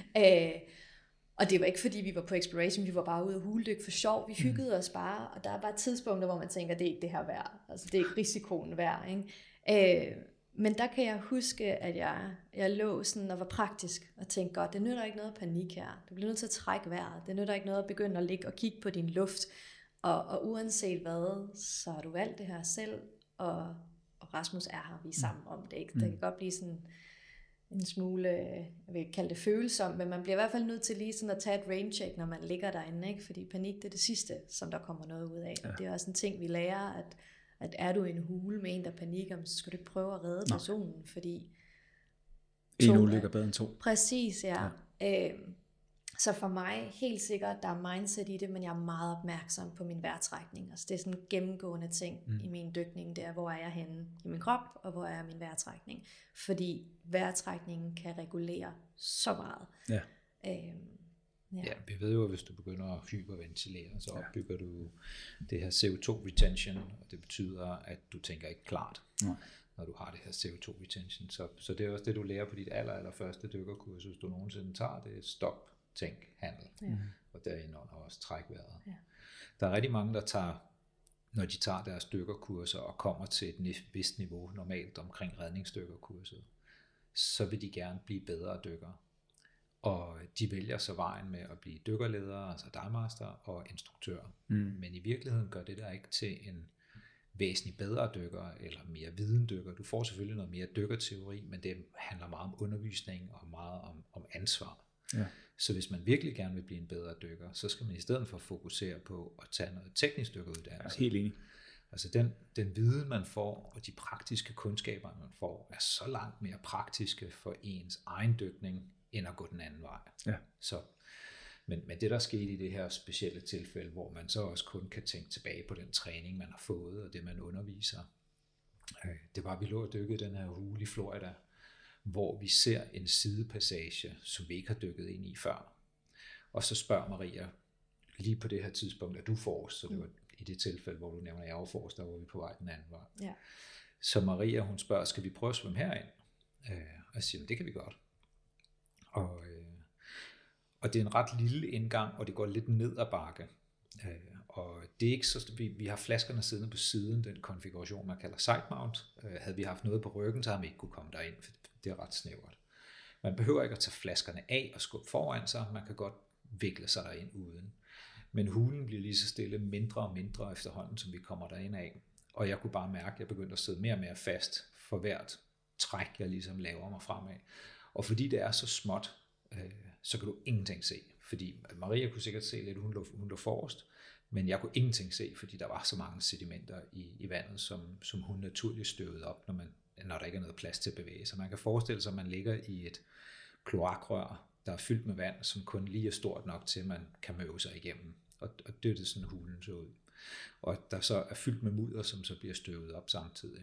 Og det var ikke fordi vi var på exploration, vi var bare ude og huledykke for sjov, vi hyggede os bare, og der er bare tidspunkter, hvor man tænker, det er ikke det her værd, altså det er ikke risikoen værd, ikke? Men der kan jeg huske, at jeg lå sådan og var praktisk, og tænkte, godt, det nytter ikke noget panik her, du bliver nødt til at trække vejret, det nytter ikke noget at begynde at ligge og kigge på din luft, og uanset hvad, så har du valgt det her selv, og Rasmus er her, vi er sammen om det, ikke? Det kan godt blive sådan en smule, jeg vil kalde det følsom, men man bliver i hvert fald nødt til lige sådan at tage et raincheck, når man ligger derinde, ikke? Fordi panik, det er det sidste, som der kommer noget ud af. Ja. Det er også en ting, vi lærer, at er du i en hule med en, der panikker, så skal du ikke prøve at redde personen, fordi en ulykke bedre end 2. Præcis, ja. Så for mig, helt sikkert, der er mindset i det, men jeg er meget opmærksom på min vejrtrækning. Altså det er sådan en gennemgående ting i min dykning, det er, hvor er jeg henne i min krop, og hvor er min vejrtrækning. Fordi vejrtrækningen kan regulere så meget. Ja. Ja, vi ved jo, at hvis du begynder at hyperventilere, så opbygger du det her CO2 retention, og det betyder, at du tænker ikke klart, når du har det her CO2 retention. Så det er også det, du lærer på dit allerførste dykkerkurs, hvis du nogensinde tager det. Stop, tænk, handle. Og derindånder også træk vejret. Ja. Der er rigtig mange, der tager, når de tager deres dykkerkurser og kommer til et vist niveau, normalt omkring redningsdykkerkurset, så vil de gerne blive bedre dykkere. Og de vælger så vejen med at blive dykkerleder, altså divemaster og instruktør. Men i virkeligheden gør det der ikke til en væsentligt bedre dykker eller mere videndykker. Du får selvfølgelig noget mere dykkerteori, men det handler meget om undervisning og meget om ansvar. Ja. Så hvis man virkelig gerne vil blive en bedre dykker, så skal man i stedet for fokusere på at tage noget teknisk dykkeruddannelse. Ja, helt enig. Altså den viden, man får, og de praktiske kundskaber, man får, er så langt mere praktiske for ens egen dykning, end at gå den anden vej. Ja. Så, men det, der skete i det her specielle tilfælde, hvor man så også kun kan tænke tilbage på den træning, man har fået, og det, man underviser, det var, at vi lå og dykkede den her hule i Florida, hvor vi ser en sidepassage, som vi ikke har dykket ind i før. Og så spørger Maria, lige på det her tidspunkt, er du forrest? Så det var i det tilfælde, hvor du nævner, at jeg var forrest, der var vi på vej den anden vej. Ja. Så Maria, hun spørger, skal vi prøve at svømme herind? Og jeg siger, det kan vi godt. Og det er en ret lille indgang, og det går lidt ned ad bakke. Og det er ikke så, vi har flaskerne siddende på siden, den konfiguration, man kalder side mount. Havde vi haft noget på ryggen, så havde vi ikke kunne komme derind, for det er ret snævert. Man behøver ikke at tage flaskerne af og skubbe foran sig, man kan godt vikle sig derind uden. Men hulen bliver lige så stille mindre og mindre efterhånden, som vi kommer derind af. Og jeg kunne bare mærke, at jeg begyndte at sidde mere og mere fast for hvert træk, jeg ligesom laver mig fremad. Og fordi det er så småt, så kan du ingenting se. Fordi Maria kunne sikkert se lidt, hun lå forrest, men jeg kunne ingenting se, fordi der var så mange sedimenter i vandet, som hun naturligt støvede op, når der ikke er noget plads til at bevæge sig. Man kan forestille sig, at man ligger i et kloakrør, der er fyldt med vand, som kun lige er stort nok til, at man kan møve sig igennem. Og det er det, sådan hulen så ud. Og der så er fyldt med mudder, som så bliver støvet op samtidig.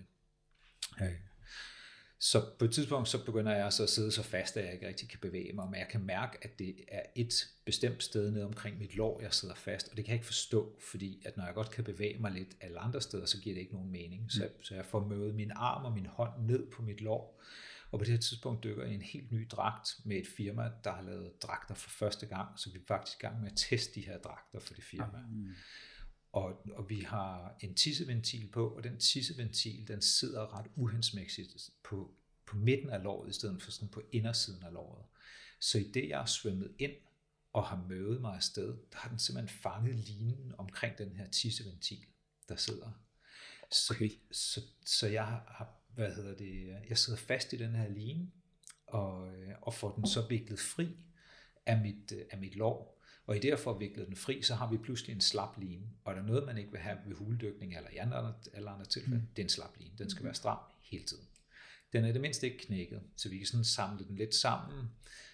Så på et tidspunkt, så begynder jeg så at sidde så fast, at jeg ikke rigtig kan bevæge mig, men jeg kan mærke, at det er et bestemt sted nede omkring mit lår, jeg sidder fast, og det kan jeg ikke forstå, fordi at når jeg godt kan bevæge mig lidt alle andre steder, så giver det ikke nogen mening. Så jeg får mødet min arm og min hånd ned på mit lår, og på det her tidspunkt dykker jeg i en helt ny dragt med et firma, der har lavet dragter for første gang, så vi er faktisk i gang med at teste de her dragter for det firma. Og vi har en tisseventil på, og den tisseventil, den sidder ret uhensmæssigt på midten af låret, i stedet for sådan på indersiden af låret. Så i det, jeg er svømmet ind og har møvet mig afsted, der har den simpelthen fanget linen omkring den her tisseventil, der sidder. Okay. Så jeg har, jeg sidder fast i den her line, og får den så viklet fri af mit lår. Og i det at få viklet den fri, så har vi pludselig en slap line. Og er der noget, man ikke vil have ved huledykning eller i alle andre tilfælde, det er en slap line. Den skal være stram hele tiden. Den er det mindste ikke knækket, så vi kan sådan samle den lidt sammen.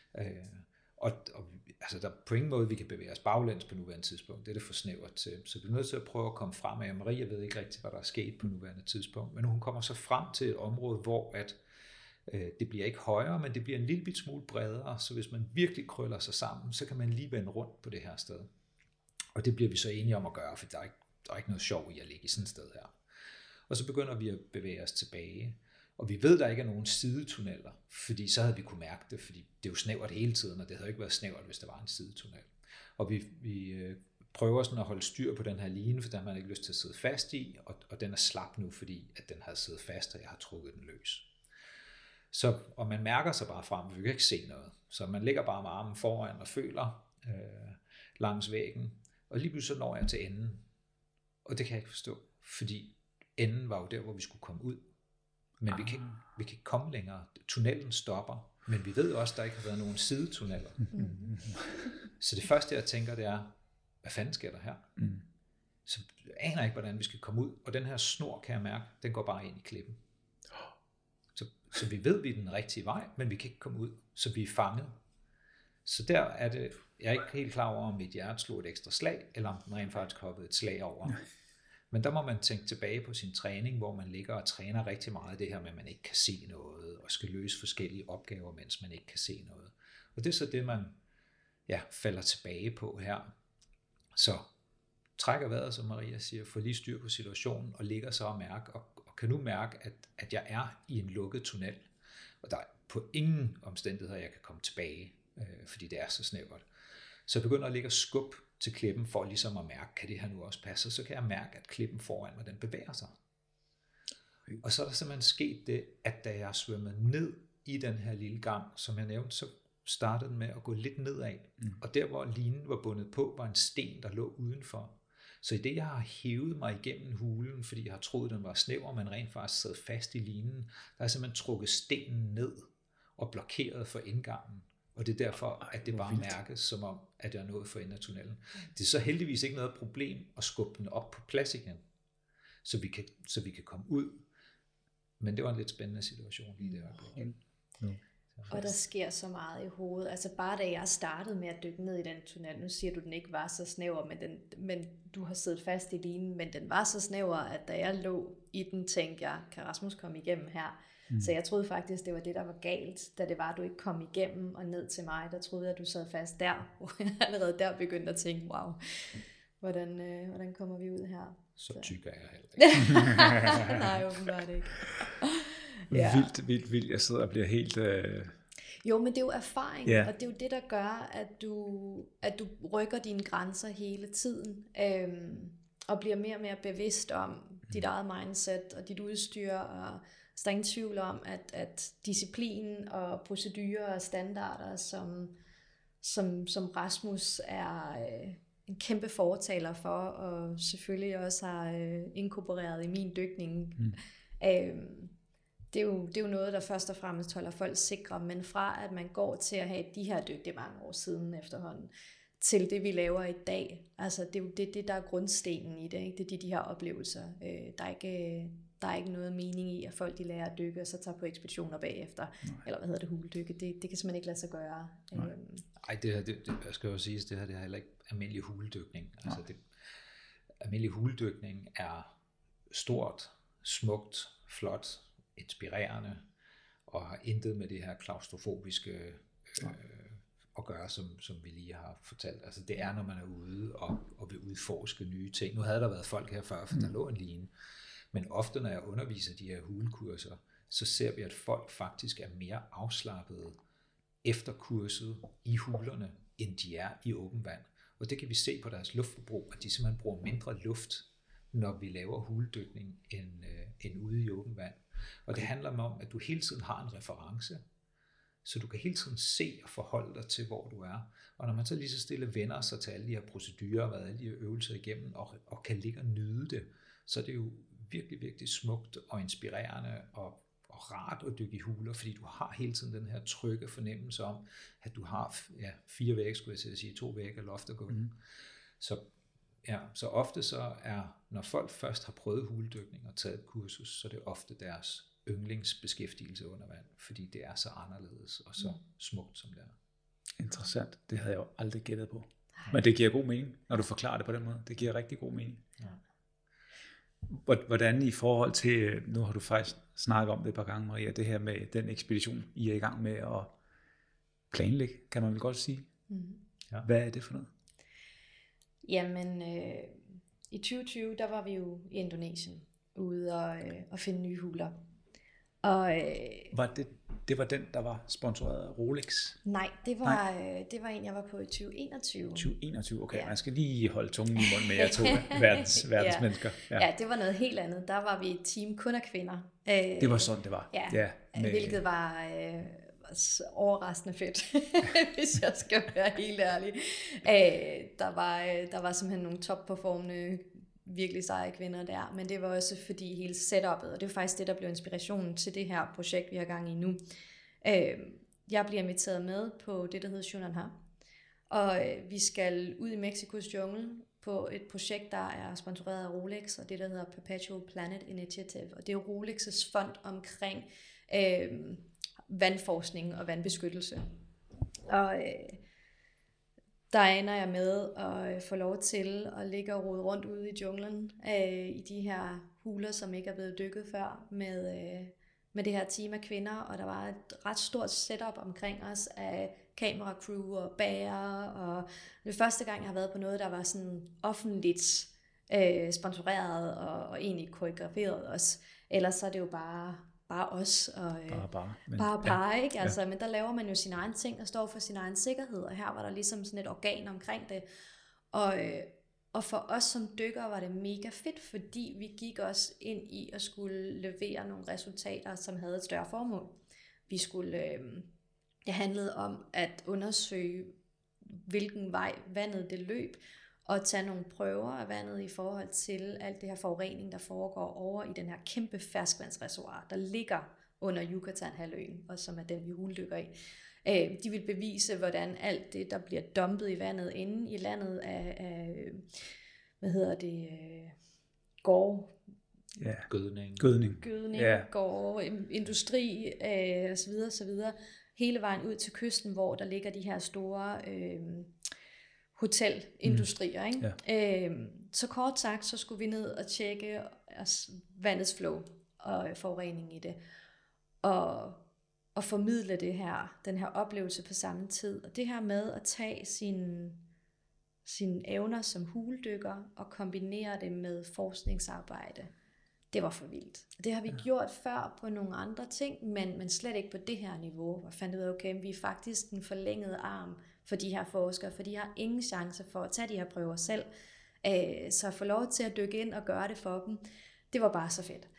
Og altså der er på ingen måde, vi kan bevæge os baglæns på nuværende tidspunkt. Det er det for snævert til. Så vi er nødt til at prøve at komme frem af. Maria ved ikke rigtig, hvad der er sket på nuværende tidspunkt. Men hun kommer så frem til et område, hvor at det bliver ikke højere, men det bliver en lille smule bredere. Så hvis man virkelig krøller sig sammen, så kan man lige vende rundt på det her sted. Og det bliver vi så enige om at gøre, for der er ikke noget sjov i at ligge i sådan et sted her. Og så begynder vi at bevæge os tilbage. Og vi ved, der ikke er nogen sidetunneller, fordi så havde vi kunne mærke det, fordi det er jo snævert hele tiden, og det havde ikke været snævert, hvis der var en sidetunnel. Og vi prøver sådan at holde styr på den her line, for den har man ikke lyst til at sidde fast i, og den er slap nu, fordi at den havde siddet fast, og jeg har trukket den løs. Og man mærker sig bare frem, vi kan ikke se noget. Så man ligger bare med armen foran og føler langs væggen, og lige pludselig når jeg til enden. Og det kan jeg ikke forstå, fordi enden var jo der, hvor vi skulle komme ud. Men vi kan ikke komme længere. Tunnelen stopper, men vi ved også, at der ikke har været nogen sidetunneller. Så det første, jeg tænker, det er, hvad fanden sker der her? Så jeg aner ikke, hvordan vi skal komme ud. Og den her snor, kan jeg mærke, den går bare ind i klippen. Så vi ved, vi er den rigtige vej, men vi kan ikke komme ud. Så vi er fanget. Så der er det, jeg er ikke helt klar over, om mit hjerte slog et ekstra slag, eller om den rent faktisk hoppede et slag over. Men der må man tænke tilbage på sin træning, hvor man ligger og træner rigtig meget det her med, at man ikke kan se noget, og skal løse forskellige opgaver, mens man ikke kan se noget. Og det er så det, man falder tilbage på her. Så trækker vejret, som Maria siger, får lige styr på situationen, og ligger så og mærker, og kan nu mærke, at jeg er i en lukket tunnel. Og der er på ingen omstændigheder, jeg kan komme tilbage, fordi det er så snævert. Så jeg begynder at ligge og skubbe til klippen, for ligesom at mærke, kan det her nu også passe? Så kan jeg mærke, at klippen foran mig, den bevæger sig. Og så er der simpelthen sket det, at da jeg svømmede ned i den her lille gang, som jeg nævnte, så startede den med at gå lidt nedad. Og der, hvor linen var bundet på, var en sten, der lå udenfor. Så i det, jeg har hævet mig igennem hulen, fordi jeg har troet, den var snæver, men rent faktisk sad fast i linen, der har jeg simpelthen trukket stenen ned og blokeret for indgangen. Og det er derfor, at det bare mærkes som om, at jeg er nået for enden af tunnelen. Det er så heldigvis ikke noget problem at skubbe den op på plads igen, så vi kan komme ud. Men det var en lidt spændende situation lige der. Og der sker så meget i hovedet. Altså bare da jeg startede med at dykke ned i den tunnel, nu siger du, den ikke var så snæver, men du har siddet fast i linen, men den var så snæver, at da jeg lå i den, tænkte jeg, kan Rasmus komme igennem her? Så jeg troede faktisk, det var det, der var galt, da det var, at du ikke kom igennem og ned til mig. Der troede jeg, at du sad fast der, hvor jeg allerede der begyndte at tænke, wow, hvordan kommer vi ud her? Så tyk er jeg heller ikke. Nej, åbenbart ikke. Vildt. Jeg sidder og bliver helt... Jo, men det er jo erfaring, og det er jo det, der gør, at du rykker dine grænser hele tiden, og bliver mere og mere bevidst om dit eget mindset og dit udstyr, og så der er ingen tvivl om, at disciplin og procedurer og standarder, som Rasmus er en kæmpe fortaler for, og selvfølgelig også har inkorporeret i min dykning, det er jo noget, der først og fremmest holder folk sikre, men fra at man går til at have de her dyk, det er mange år siden efterhånden, til det vi laver i dag, altså det er jo det der er grundstenen i det, ikke? Det er de her oplevelser. Der er ikke noget mening i, at folk de lærer at dykke, og så tager på ekspeditioner bagefter, eller huledykke, det kan simpelthen ikke lade sig gøre. Nej, det jeg skal jo sige, det her det er heller ikke almindelig huledykning. Altså almindelig huledykning er stort, smukt, flot, inspirerende, og har intet med det her klaustrofobiske at gøre, som vi lige har fortalt. Altså det er, når man er ude og vil udforske nye ting. Nu havde der været folk her før, for der lå en line. Men ofte, når jeg underviser de her hulekurser, så ser vi, at folk faktisk er mere afslappede efter kurset i hulerne, end de er i åben vand. Og det kan vi se på deres luftforbrug, at de simpelthen bruger mindre luft, når vi laver huledykning, end ude i åben vand. Og det handler om, at du hele tiden har en reference. så du kan hele tiden se og forholde dig til, hvor du er. Og når man så lige så stille vender sig til alle de her procedurer, og alle de her øvelser igennem, og kan ligge og nyde det, så er det jo virkelig, virkelig smukt og inspirerende og rart at dykke i huler, fordi du har hele tiden den her trygge fornemmelse om, at du har 4 vægge, skulle jeg sige, 2 vægge, loft og gulv. Så ofte så er, når folk først har prøvet huledykning og taget et kursus, så er det ofte deres yndlingsbeskæftigelse under vand, fordi det er så anderledes og så smukt, som det er. Interessant. Det havde jeg jo aldrig gættet på. Men det giver god mening, når du forklarer det på den måde. Det giver rigtig god mening. Ja. Hvordan i forhold til, nu har du faktisk snakket om det et par gange, Maria, det her med den ekspedition, I er i gang med at planlægge, kan man vel godt sige. Ja. Hvad er det for noget? Jamen, i 2020, der var vi jo i Indonesien, ude og finde nye huler. Og, det var den, der var sponsoreret af Rolex? Nej, det var en, jeg var på i 2021. 2021, okay. Ja. Man skal lige holde tungen i munden med jer to verdensmennesker. Ja, det var noget helt andet. Der var vi et team kun af kvinder. Det var sådan, det var. Hvilket var overraskende fedt, hvis jeg skal være helt ærlig. Der var simpelthen nogle top-performende, virkelig seje kvinder der, men det var også fordi hele setupet, og det var faktisk det, der blev inspirationen til det her projekt, vi har gang i nu. Jeg bliver inviteret med på det, der hedder Xunanha, og vi skal ud i Mexikos jungle på et projekt, der er sponsoreret af Rolex, og det, der hedder Perpetual Planet Initiative, og det er Rolex' fond omkring vandforskning og vandbeskyttelse. Og der ender jeg med at få lov til at ligge og rode rundt ude i junglen i de her huler, som ikke er blevet dykket før, med det her team af kvinder, og der var et ret stort setup omkring os af kameracrew og bager, og det første gang, jeg har været på noget, der var sådan offentligt sponsoreret og egentlig koreograferet os. Ellers så er det jo bare os og bare, ikke? Altså, men der laver man jo sin egen ting og står for sin egen sikkerhed, og her var der ligesom sådan et organ omkring det. Og for os som dykkere var det mega fedt, fordi vi gik også ind i at skulle levere nogle resultater, som havde et større formål. Vi skulle, det handlede om at undersøge, hvilken vej vandet det løb, og tage nogle prøver af vandet i forhold til alt det her forurening, der foregår over i den her kæmpe ferskvandsreservoir, der ligger under Yucatan-halvøen, og som er den, vi huldykker i. De vil bevise, hvordan alt det, der bliver dumpet i vandet inde i landet af gård, gødning, gård, industri, osv., hele vejen ud til kysten, hvor der ligger de her store hotelindustrier. Ikke? Ja. Så kort sagt, så skulle vi ned og tjekke vandets flow og forurening i det, og formidle den her oplevelse på samme tid. Og det her med at tage sine evner som huldykker og kombinere det med forskningsarbejde, det var for vildt. Det har vi gjort før på nogle andre ting, men slet ikke på det her niveau. Hvor fandt ud af, okay, vi er faktisk en forlænget arm for de her forskere, for de har ingen chance for at tage de her prøver selv. Så at få lov til at dykke ind og gøre det for dem, det var bare så fedt.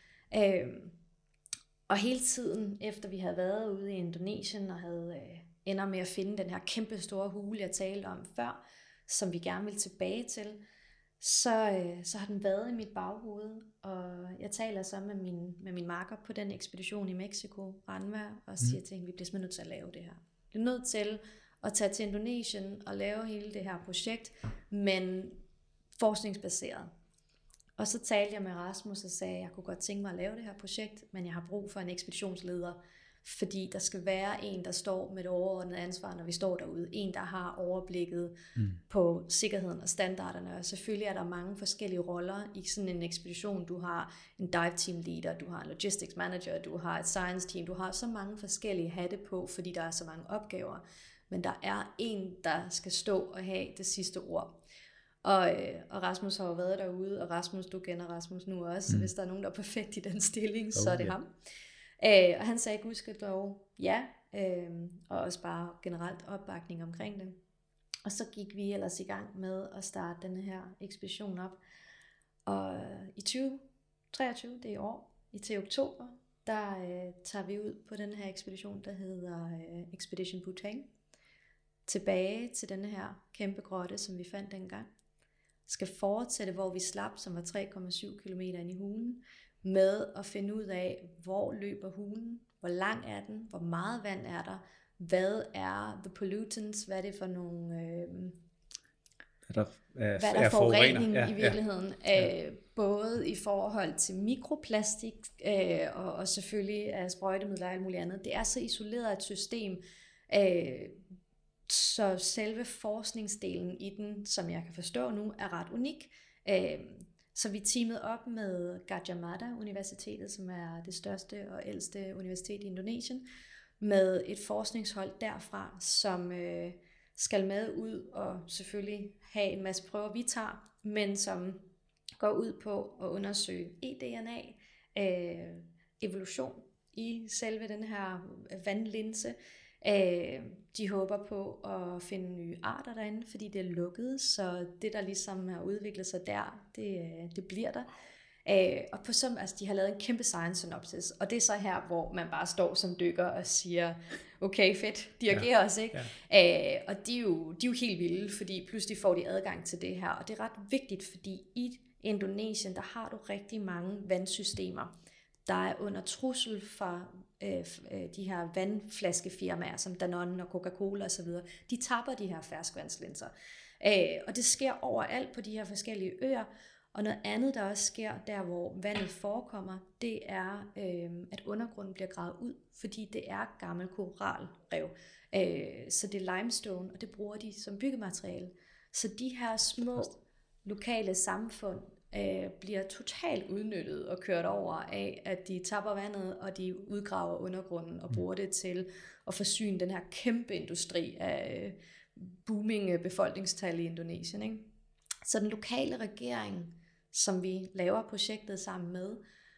Og hele tiden, efter vi havde været ude i Indonesien og havde ender med at finde den her kæmpe store hule, jeg talte om før, som vi gerne vil tilbage til, så har den været i mit baghoved, og jeg taler så med min makker på den ekspedition i Mexico, Ranva, og siger til hende, vi bliver simpelthen nødt til at lave det her. Vi er nødt til at tage til Indonesien og lave hele det her projekt, men forskningsbaseret. Og så talte jeg med Rasmus og sagde, at jeg kunne godt tænke mig at lave det her projekt, men jeg har brug for en ekspeditionsleder, fordi der skal være en, der står med det overordnede ansvar, når vi står derude. En, der har overblikket på sikkerheden og standarderne. Og selvfølgelig er der mange forskellige roller i sådan en ekspedition. Du har en dive team leader, du har en logistics manager, du har et science team. Du har så mange forskellige hatte på, fordi der er så mange opgaver. Men der er en, der skal stå og have det sidste ord. Og Rasmus har jo været derude, og Rasmus, du kender Rasmus nu også. Hvis der er nogen, der er perfekt i den stilling, så er det ham. Og han sagde, gudskelov, ja, og også bare generelt opbakning omkring det. Og så gik vi ellers i gang med at starte denne her ekspedition op. Og i 2023, det er i år, til oktober, der tager vi ud på den her ekspedition, der hedder Expedition Bhutan. Tilbage til den her kæmpe grotte, som vi fandt dengang. Skal fortsætte, hvor vi slap, som var 3,7 km ind i hulen, med at finde ud af, hvor løber hulen, hvor lang er den, hvor meget vand er der, hvad er the pollutants, hvad er det for nogle... hvad er forurening i virkeligheden, både i forhold til mikroplastik og selvfølgelig sprøjtemidler og alt muligt andet. Det er så isoleret et system, så selve forskningsdelen i den, som jeg kan forstå nu, er ret unik. Så vi teamede op med Gadjah Mada Universitetet, som er det største og ældste universitet i Indonesien, med et forskningshold derfra, som skal med ud og selvfølgelig have en masse prøver, vi tager, men som går ud på at undersøge eDNA, evolution i selve den her vandlinse. De håber på at finde nye arter derinde, fordi det er lukket, så det, der ligesom har udviklet sig der, det bliver der. Og på de har lavet en kæmpe science synopsis, og det er så her, hvor man bare står som dykker og siger, okay, fedt, dirigerer os, ikke? Ja. Og de er jo helt vilde, fordi pludselig får de adgang til det her, og det er ret vigtigt, fordi i Indonesien, der har du rigtig mange vandsystemer, der er under trussel fra de her vandflaskefirmaer, som Danone og Coca-Cola osv. De tapper de her ferskvandslinser. Og det sker overalt på de her forskellige øer. Og noget andet, der også sker der, hvor vandet forekommer, det er, at undergrunden bliver gravet ud, fordi det er gammel koralrev. Så det er limestone, og det bruger de som byggemateriale. Så de her små lokale samfund bliver totalt udnyttet og kørt over af, at de tapper vandet, og de udgraver undergrunden og bruger det til at forsyne den her kæmpe industri af booming befolkningstal i Indonesien, ikke? Så den lokale regering, som vi laver projektet sammen med,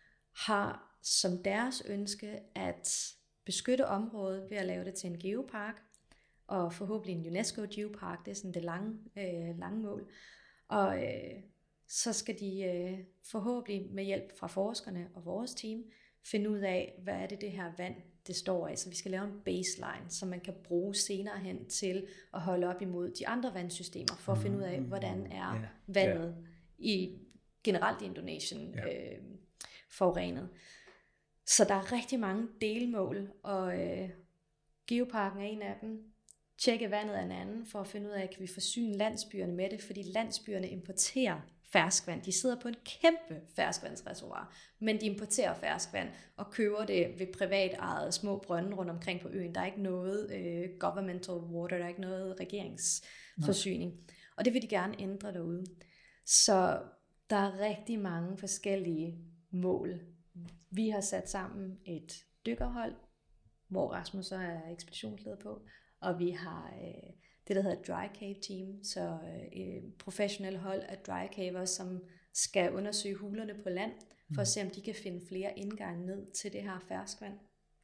har som deres ønske at beskytte området ved at lave det til en geopark, og forhåbentlig en UNESCO geopark, det er sådan det lange mål. Og så skal de forhåbentlig med hjælp fra forskerne og vores team finde ud af, hvad er det her vand, det står af. Så vi skal lave en baseline, som man kan bruge senere hen til at holde op imod de andre vandsystemer, for at finde ud af, hvordan er vandet generelt i Indonesien forurenet. Så der er rigtig mange delmål, og geoparken er en af dem. Tjekke vandet er en anden, for at finde ud af, kan vi forsyne landsbyerne med det, fordi landsbyerne importerer ferskvand. De sidder på en kæmpe ferskvandsreservoir, men de importerer ferskvand og køber det ved privatejede små brønde rundt omkring på øen. Der er ikke noget governmental water, der er ikke noget regeringsforsyning. Og det vil de gerne ændre derude. Så der er rigtig mange forskellige mål. Vi har sat sammen et dykkerhold, hvor Rasmus så er ekspeditionsleder på, og vi har det, der hedder Dry Cave Team, så et professionelt hold af dry cavers, som skal undersøge hulerne på land, for at se, om de kan finde flere indgange ned til det her ferskvand.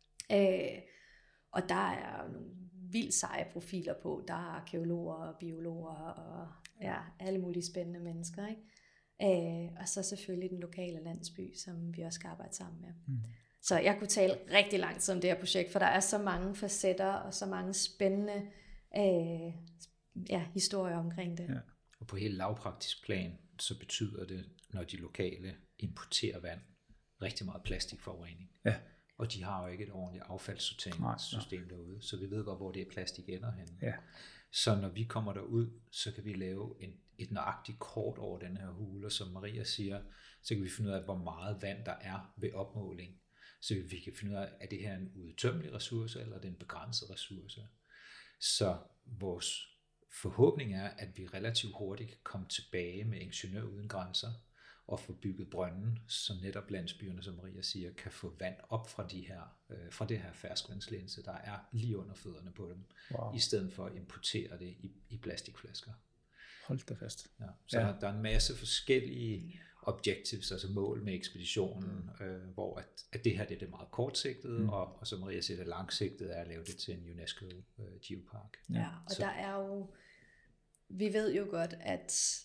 Og der er nogle vildt seje profiler på. Der er arkeologer og biologer og alle mulige spændende mennesker, ikke? Og så selvfølgelig den lokale landsby, som vi også skal arbejde sammen med. Så jeg kunne tale rigtig lang tid om det her projekt, for der er så mange facetter og så mange spændende historier omkring det. Ja. Og på helt lavpraktisk plan, så betyder det, når de lokale importerer vand, rigtig meget plastikforurening. Ja. Og de har jo ikke et ordentligt affaldssorteringssystem derude, så vi ved godt, hvor det plastik ender henne. Ja. Så når vi kommer derud, så kan vi lave et nøjagtigt kort over den her hule, og som Maria siger, så kan vi finde ud af, hvor meget vand der er ved opmåling. Så vi kan finde ud af, er det her en udtømmelig ressource, eller er det en begrænset ressource. Så vores forhåbning er, at vi relativt hurtigt kan komme tilbage med Ingeniør Uden Grænser, og få bygget brønden, så netop landsbyerne, som Maria siger, kan få vand op fra det her ferskvandslinse, der er lige under fødderne på dem, i stedet for at importere det i plastikflasker. Hold da fast. Ja, så der er en masse forskellige objectives, altså mål med ekspeditionen, hvor at det her det er det meget kortsigtede, og som Maria siger, det langsigtede er at lave det til en UNESCO geopark. Ja, og så der er jo, vi ved jo godt, at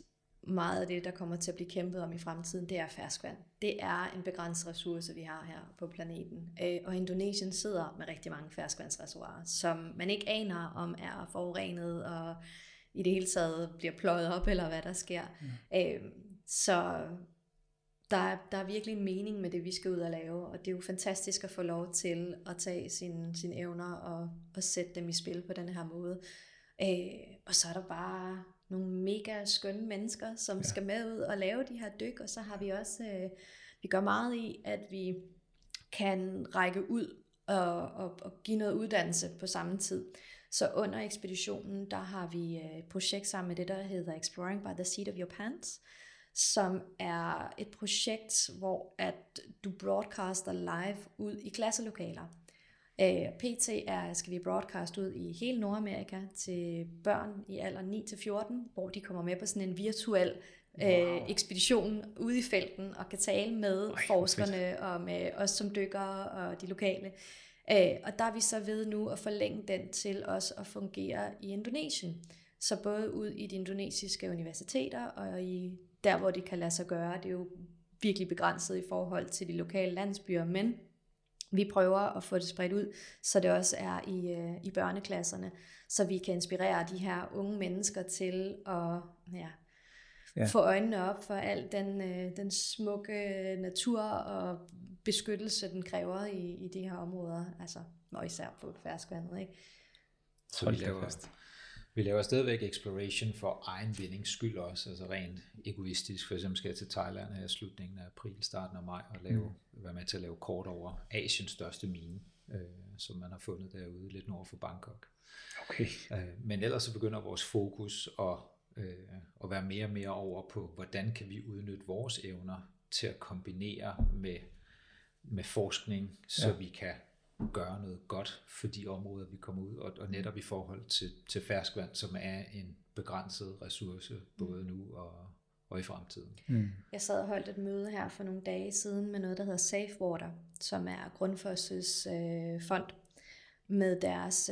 meget af det, der kommer til at blive kæmpet om i fremtiden, det er ferskvand. Det er en begrænset ressource, vi har her på planeten. Og Indonesien sidder med rigtig mange ferskvandsreservoirer, som man ikke aner om er forurenet og i det hele taget bliver pløjet op, eller hvad der sker. Så der er virkelig en mening med det, vi skal ud og lave, og det er jo fantastisk at få lov til at tage sine evner og sætte dem i spil på den her måde. Og så er der bare nogle mega skønne mennesker, som skal med ud og lave de her dyk, og så har vi også, vi gør meget i, at vi kan række ud og give noget uddannelse på samme tid. Så under ekspeditionen, der har vi et projekt sammen med det, der hedder Exploring by the Seat of Your Pants, som er et projekt, hvor at du broadcaster live ud i klasselokaler. PT skal vi broadcast ud i hele Nordamerika til børn i alder 9-14, hvor de kommer med på sådan en virtuel ekspedition ude i felten og kan tale med forskerne og med os som dykkere og de lokale. Og der er vi så ved nu at forlænge den til også at fungere i Indonesien. Så både ud i de indonesiske universiteter og i der, hvor det kan lade sig gøre. Det er jo virkelig begrænset i forhold til de lokale landsbyer, men vi prøver at få det spredt ud, så det også er i børneklasserne, så vi kan inspirere de her unge mennesker til at få øjnene op for al den smukke natur og beskyttelse, den kræver i de her områder, altså, og især på ferskvandet, ikke? Så vi laver stadigvæk exploration for egen vindings skyld også, altså rent egoistisk. For eksempel skal jeg til Thailand her i slutningen af april, starten af maj, og være med til at lave kort over Asiens største mine, som man har fundet derude lidt nord for Bangkok. Okay. Men ellers så begynder vores fokus at være mere og mere over på, hvordan kan vi udnytte vores evner til at kombinere med forskning, så vi kan gøre noget godt for de områder, vi kommer ud, og netop i forhold til ferskvand, som er en begrænset ressource, både nu og i fremtiden. Jeg sad og holdt et møde her for nogle dage siden med noget, der hedder Safe Water, som er Grundfos' fond, med deres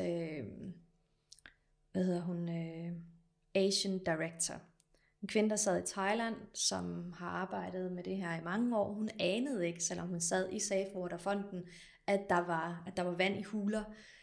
Asian Director. En kvinde, der sad i Thailand, som har arbejdet med det her i mange år. Hun anede ikke, selvom hun sad i Safe Water-fonden, at der var vand i huler.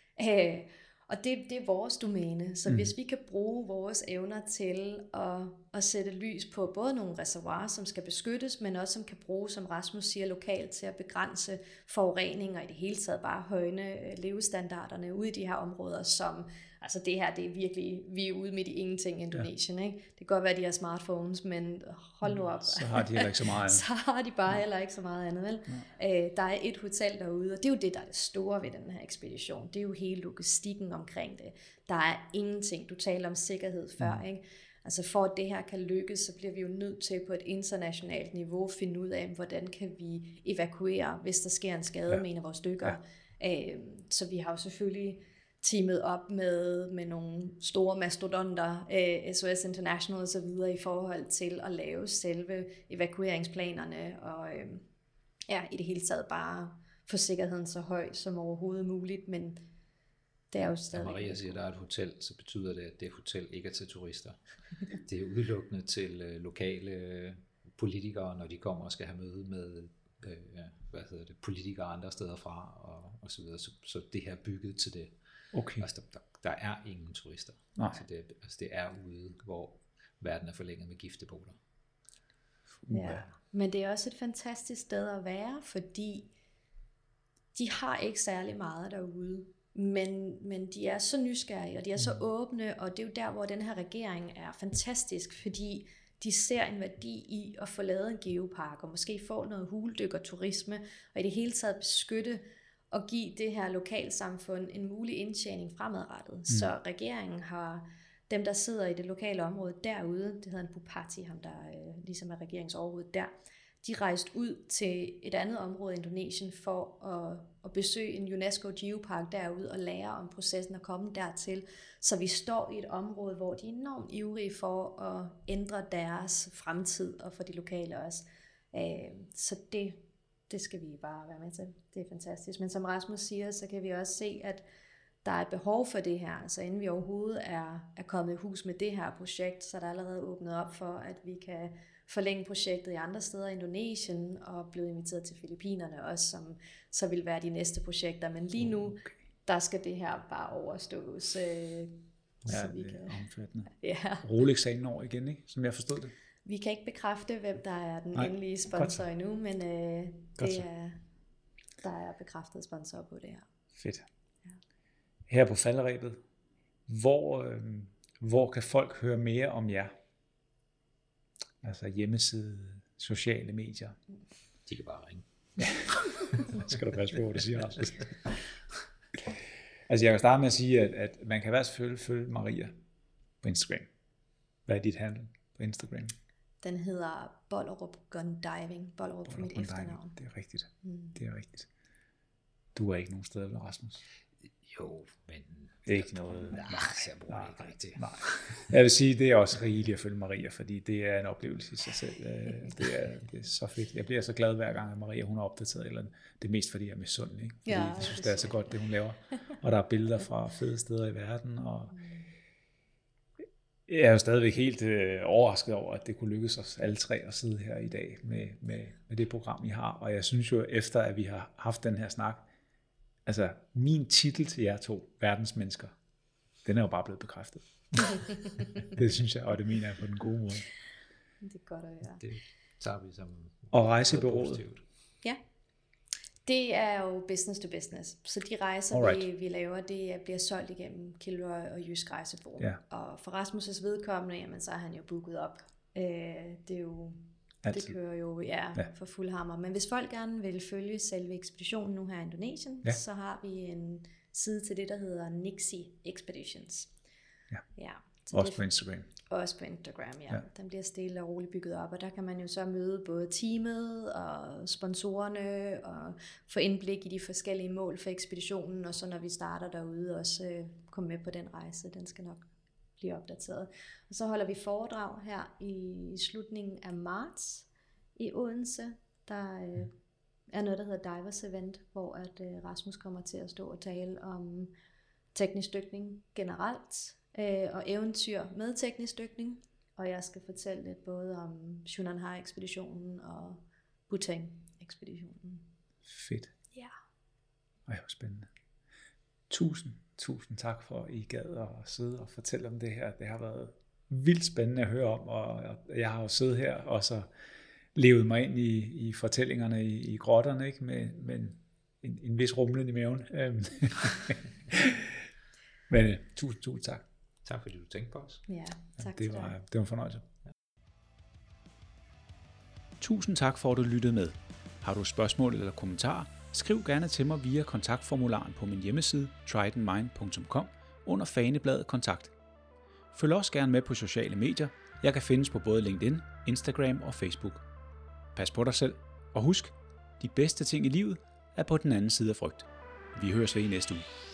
Og det er vores domæne. Så hvis vi kan bruge vores evner til at sætte lys på både nogle reservoirer, som skal beskyttes, men også som kan bruges, som Rasmus siger, lokalt til at begrænse forurening og i det hele taget bare højne levestandarderne ude i de her områder, som, altså det her, det er virkelig, vi er ude midt i ingenting i Indonesien, ikke? Det kan godt være, de har smartphones, men hold nu op. Så har de heller ikke så meget. Så har de bare heller ikke så meget andet, vel? Der er et hotel derude, og det er jo det, der er det store ved den her ekspedition. Det er jo hele logistikken omkring det. Der er ingenting. Du taler om sikkerhed før, ikke? Altså for at det her kan lykkes, så bliver vi jo nødt til på et internationalt niveau at finde ud af, hvordan kan vi evakuere, hvis der sker en skade med en af vores dykkere. Så vi har jo selvfølgelig teamet op med nogle store mastodonter, SOS International og så videre, i forhold til at lave selve evakueringsplanerne, og i det hele taget bare få sikkerheden så høj som overhovedet muligt, men det er jo stadig... Når Maria siger, at der er et hotel, så betyder det, at det hotel ikke er til turister. Det er udelukkende til lokale politikere, når de kommer og skal have møde med politikere andre steder fra, og så videre. Så det her er bygget til det. Okay. Altså, der er ingen turister. Det er ude, hvor verden er forlænget med gifteboler. Ja, men det er også et fantastisk sted at være, fordi de har ikke særlig meget derude, men de er så nysgerrige, og de er så åbne, og det er jo der, hvor den her regering er fantastisk, fordi de ser en værdi i at få lavet en geopark, og måske få noget huldykkerturisme, og i det hele taget beskytte og give det her lokalsamfund en mulig indtjening fremadrettet. Så regeringen har, dem der sidder i det lokale område derude, det hedder en Bupati, ham der ligesom er regeringsoverhoved der, de rejste ud til et andet område i Indonesien for at besøge en UNESCO Geopark derude og lære om processen og komme dertil. Så vi står i et område, hvor de er enormt ivrige for at ændre deres fremtid, og for de lokale også. Så det skal vi bare være med til. Det er fantastisk. Men som Rasmus siger, så kan vi også se, at der er et behov for det her. Så inden vi overhovedet er kommet i hus med det her projekt, så er der allerede åbnet op for, at vi kan forlænge projektet i andre steder i Indonesien, og blevet inviteret til Filippinerne også, som så vil være de næste projekter. Men lige nu, der skal det her bare overstås. Så vi det er omfattende. Ja. Rolex er inden over igen, ikke? Som jeg forstod det. Vi kan ikke bekræfte, hvem der er den endelige sponsor endnu, men der er bekræftet sponsorer på det her. Fedt. Ja. Her på falderebet, hvor kan folk høre mere om jer? Altså hjemmeside, sociale medier. De kan bare ringe. Skal du passe på, hvad du siger, Rasmus. Altså jeg kan starte med at sige, at man kan i hvert fald følge Maria på Instagram. Hvad er dit handle på Instagram? Den hedder Bollerup Gun Diving. Bollerup for mit efternavn. Det er rigtigt. Det er rigtigt. Du er ikke nogen steder ved Rasmus? Jo, men... Ikke noget. Nej, jeg bruger ikke rigtigt. Nej. Jeg vil sige, det er også rigeligt at følge Maria, fordi det er en oplevelse i sig selv. Det er så fedt. Jeg bliver så glad hver gang, at Maria hun har opdateret eller det er mest fordi jeg er misundelig. Fordi jeg synes, det er så godt, det hun laver. Og der er billeder fra fede steder i verden, og jeg er jo stadigvæk helt overrasket over, at det kunne lykkes os alle tre at sidde her i dag med det program, I har. Og jeg synes jo, efter at vi har haft den her snak, altså min titel til jer to, verdensmennesker, den er jo bare blevet bekræftet. Det synes jeg, og det mener jeg på den gode måde. Det er godt at høre. Det tager vi som... Og rejsebureauet. Ja, det er jo business to business. Så de rejser, vi laver, det bliver solgt igennem Kilroy og Jysk Rejseforum. Ja. Og for Rasmus' vedkommende, jamen, så er han jo booket op. Det er jo... Altid. Det kører jo for fuld hammer. Men hvis folk gerne vil følge selve ekspeditionen nu her i Indonesien, så har vi en side til det, der hedder Nixi Expeditions. Ja. Også på Instagram. Også på Instagram, ja. Den bliver stille og roligt bygget op, og der kan man jo så møde både teamet og sponsorerne og få indblik i de forskellige mål for ekspeditionen, og så når vi starter derude også komme med på den rejse. Den skal nok blive opdateret. Og så holder vi foredrag her i slutningen af marts i Odense. Der er noget, der hedder Divers Event, hvor at Rasmus kommer til at stå og tale om teknisk dykning generelt, og eventyr med teknisk dykning. Og jeg skal fortælle lidt både om Yunnan-ekspeditionen og Bhutan-ekspeditionen. Fedt. Ja. Ej, hvor spændende. Tusind tak for, at I gad at sidde og fortælle om det her. Det har været vildt spændende at høre om, og jeg har jo siddet her og så levet mig ind i fortællingerne i grotterne, ikke? Med en vis rumlen i maven. Men tusind tak. Tak fordi du tænkte på os. Ja, tak det var en fornøjelse. Ja. Tusind tak for, at du lyttede med. Har du spørgsmål eller kommentarer, skriv gerne til mig via kontaktformularen på min hjemmeside tridentmind.com under fanebladet kontakt. Følg også gerne med på sociale medier. Jeg kan findes på både LinkedIn, Instagram og Facebook. Pas på dig selv, og husk, de bedste ting i livet er på den anden side af frygt. Vi høres ved i næste uge.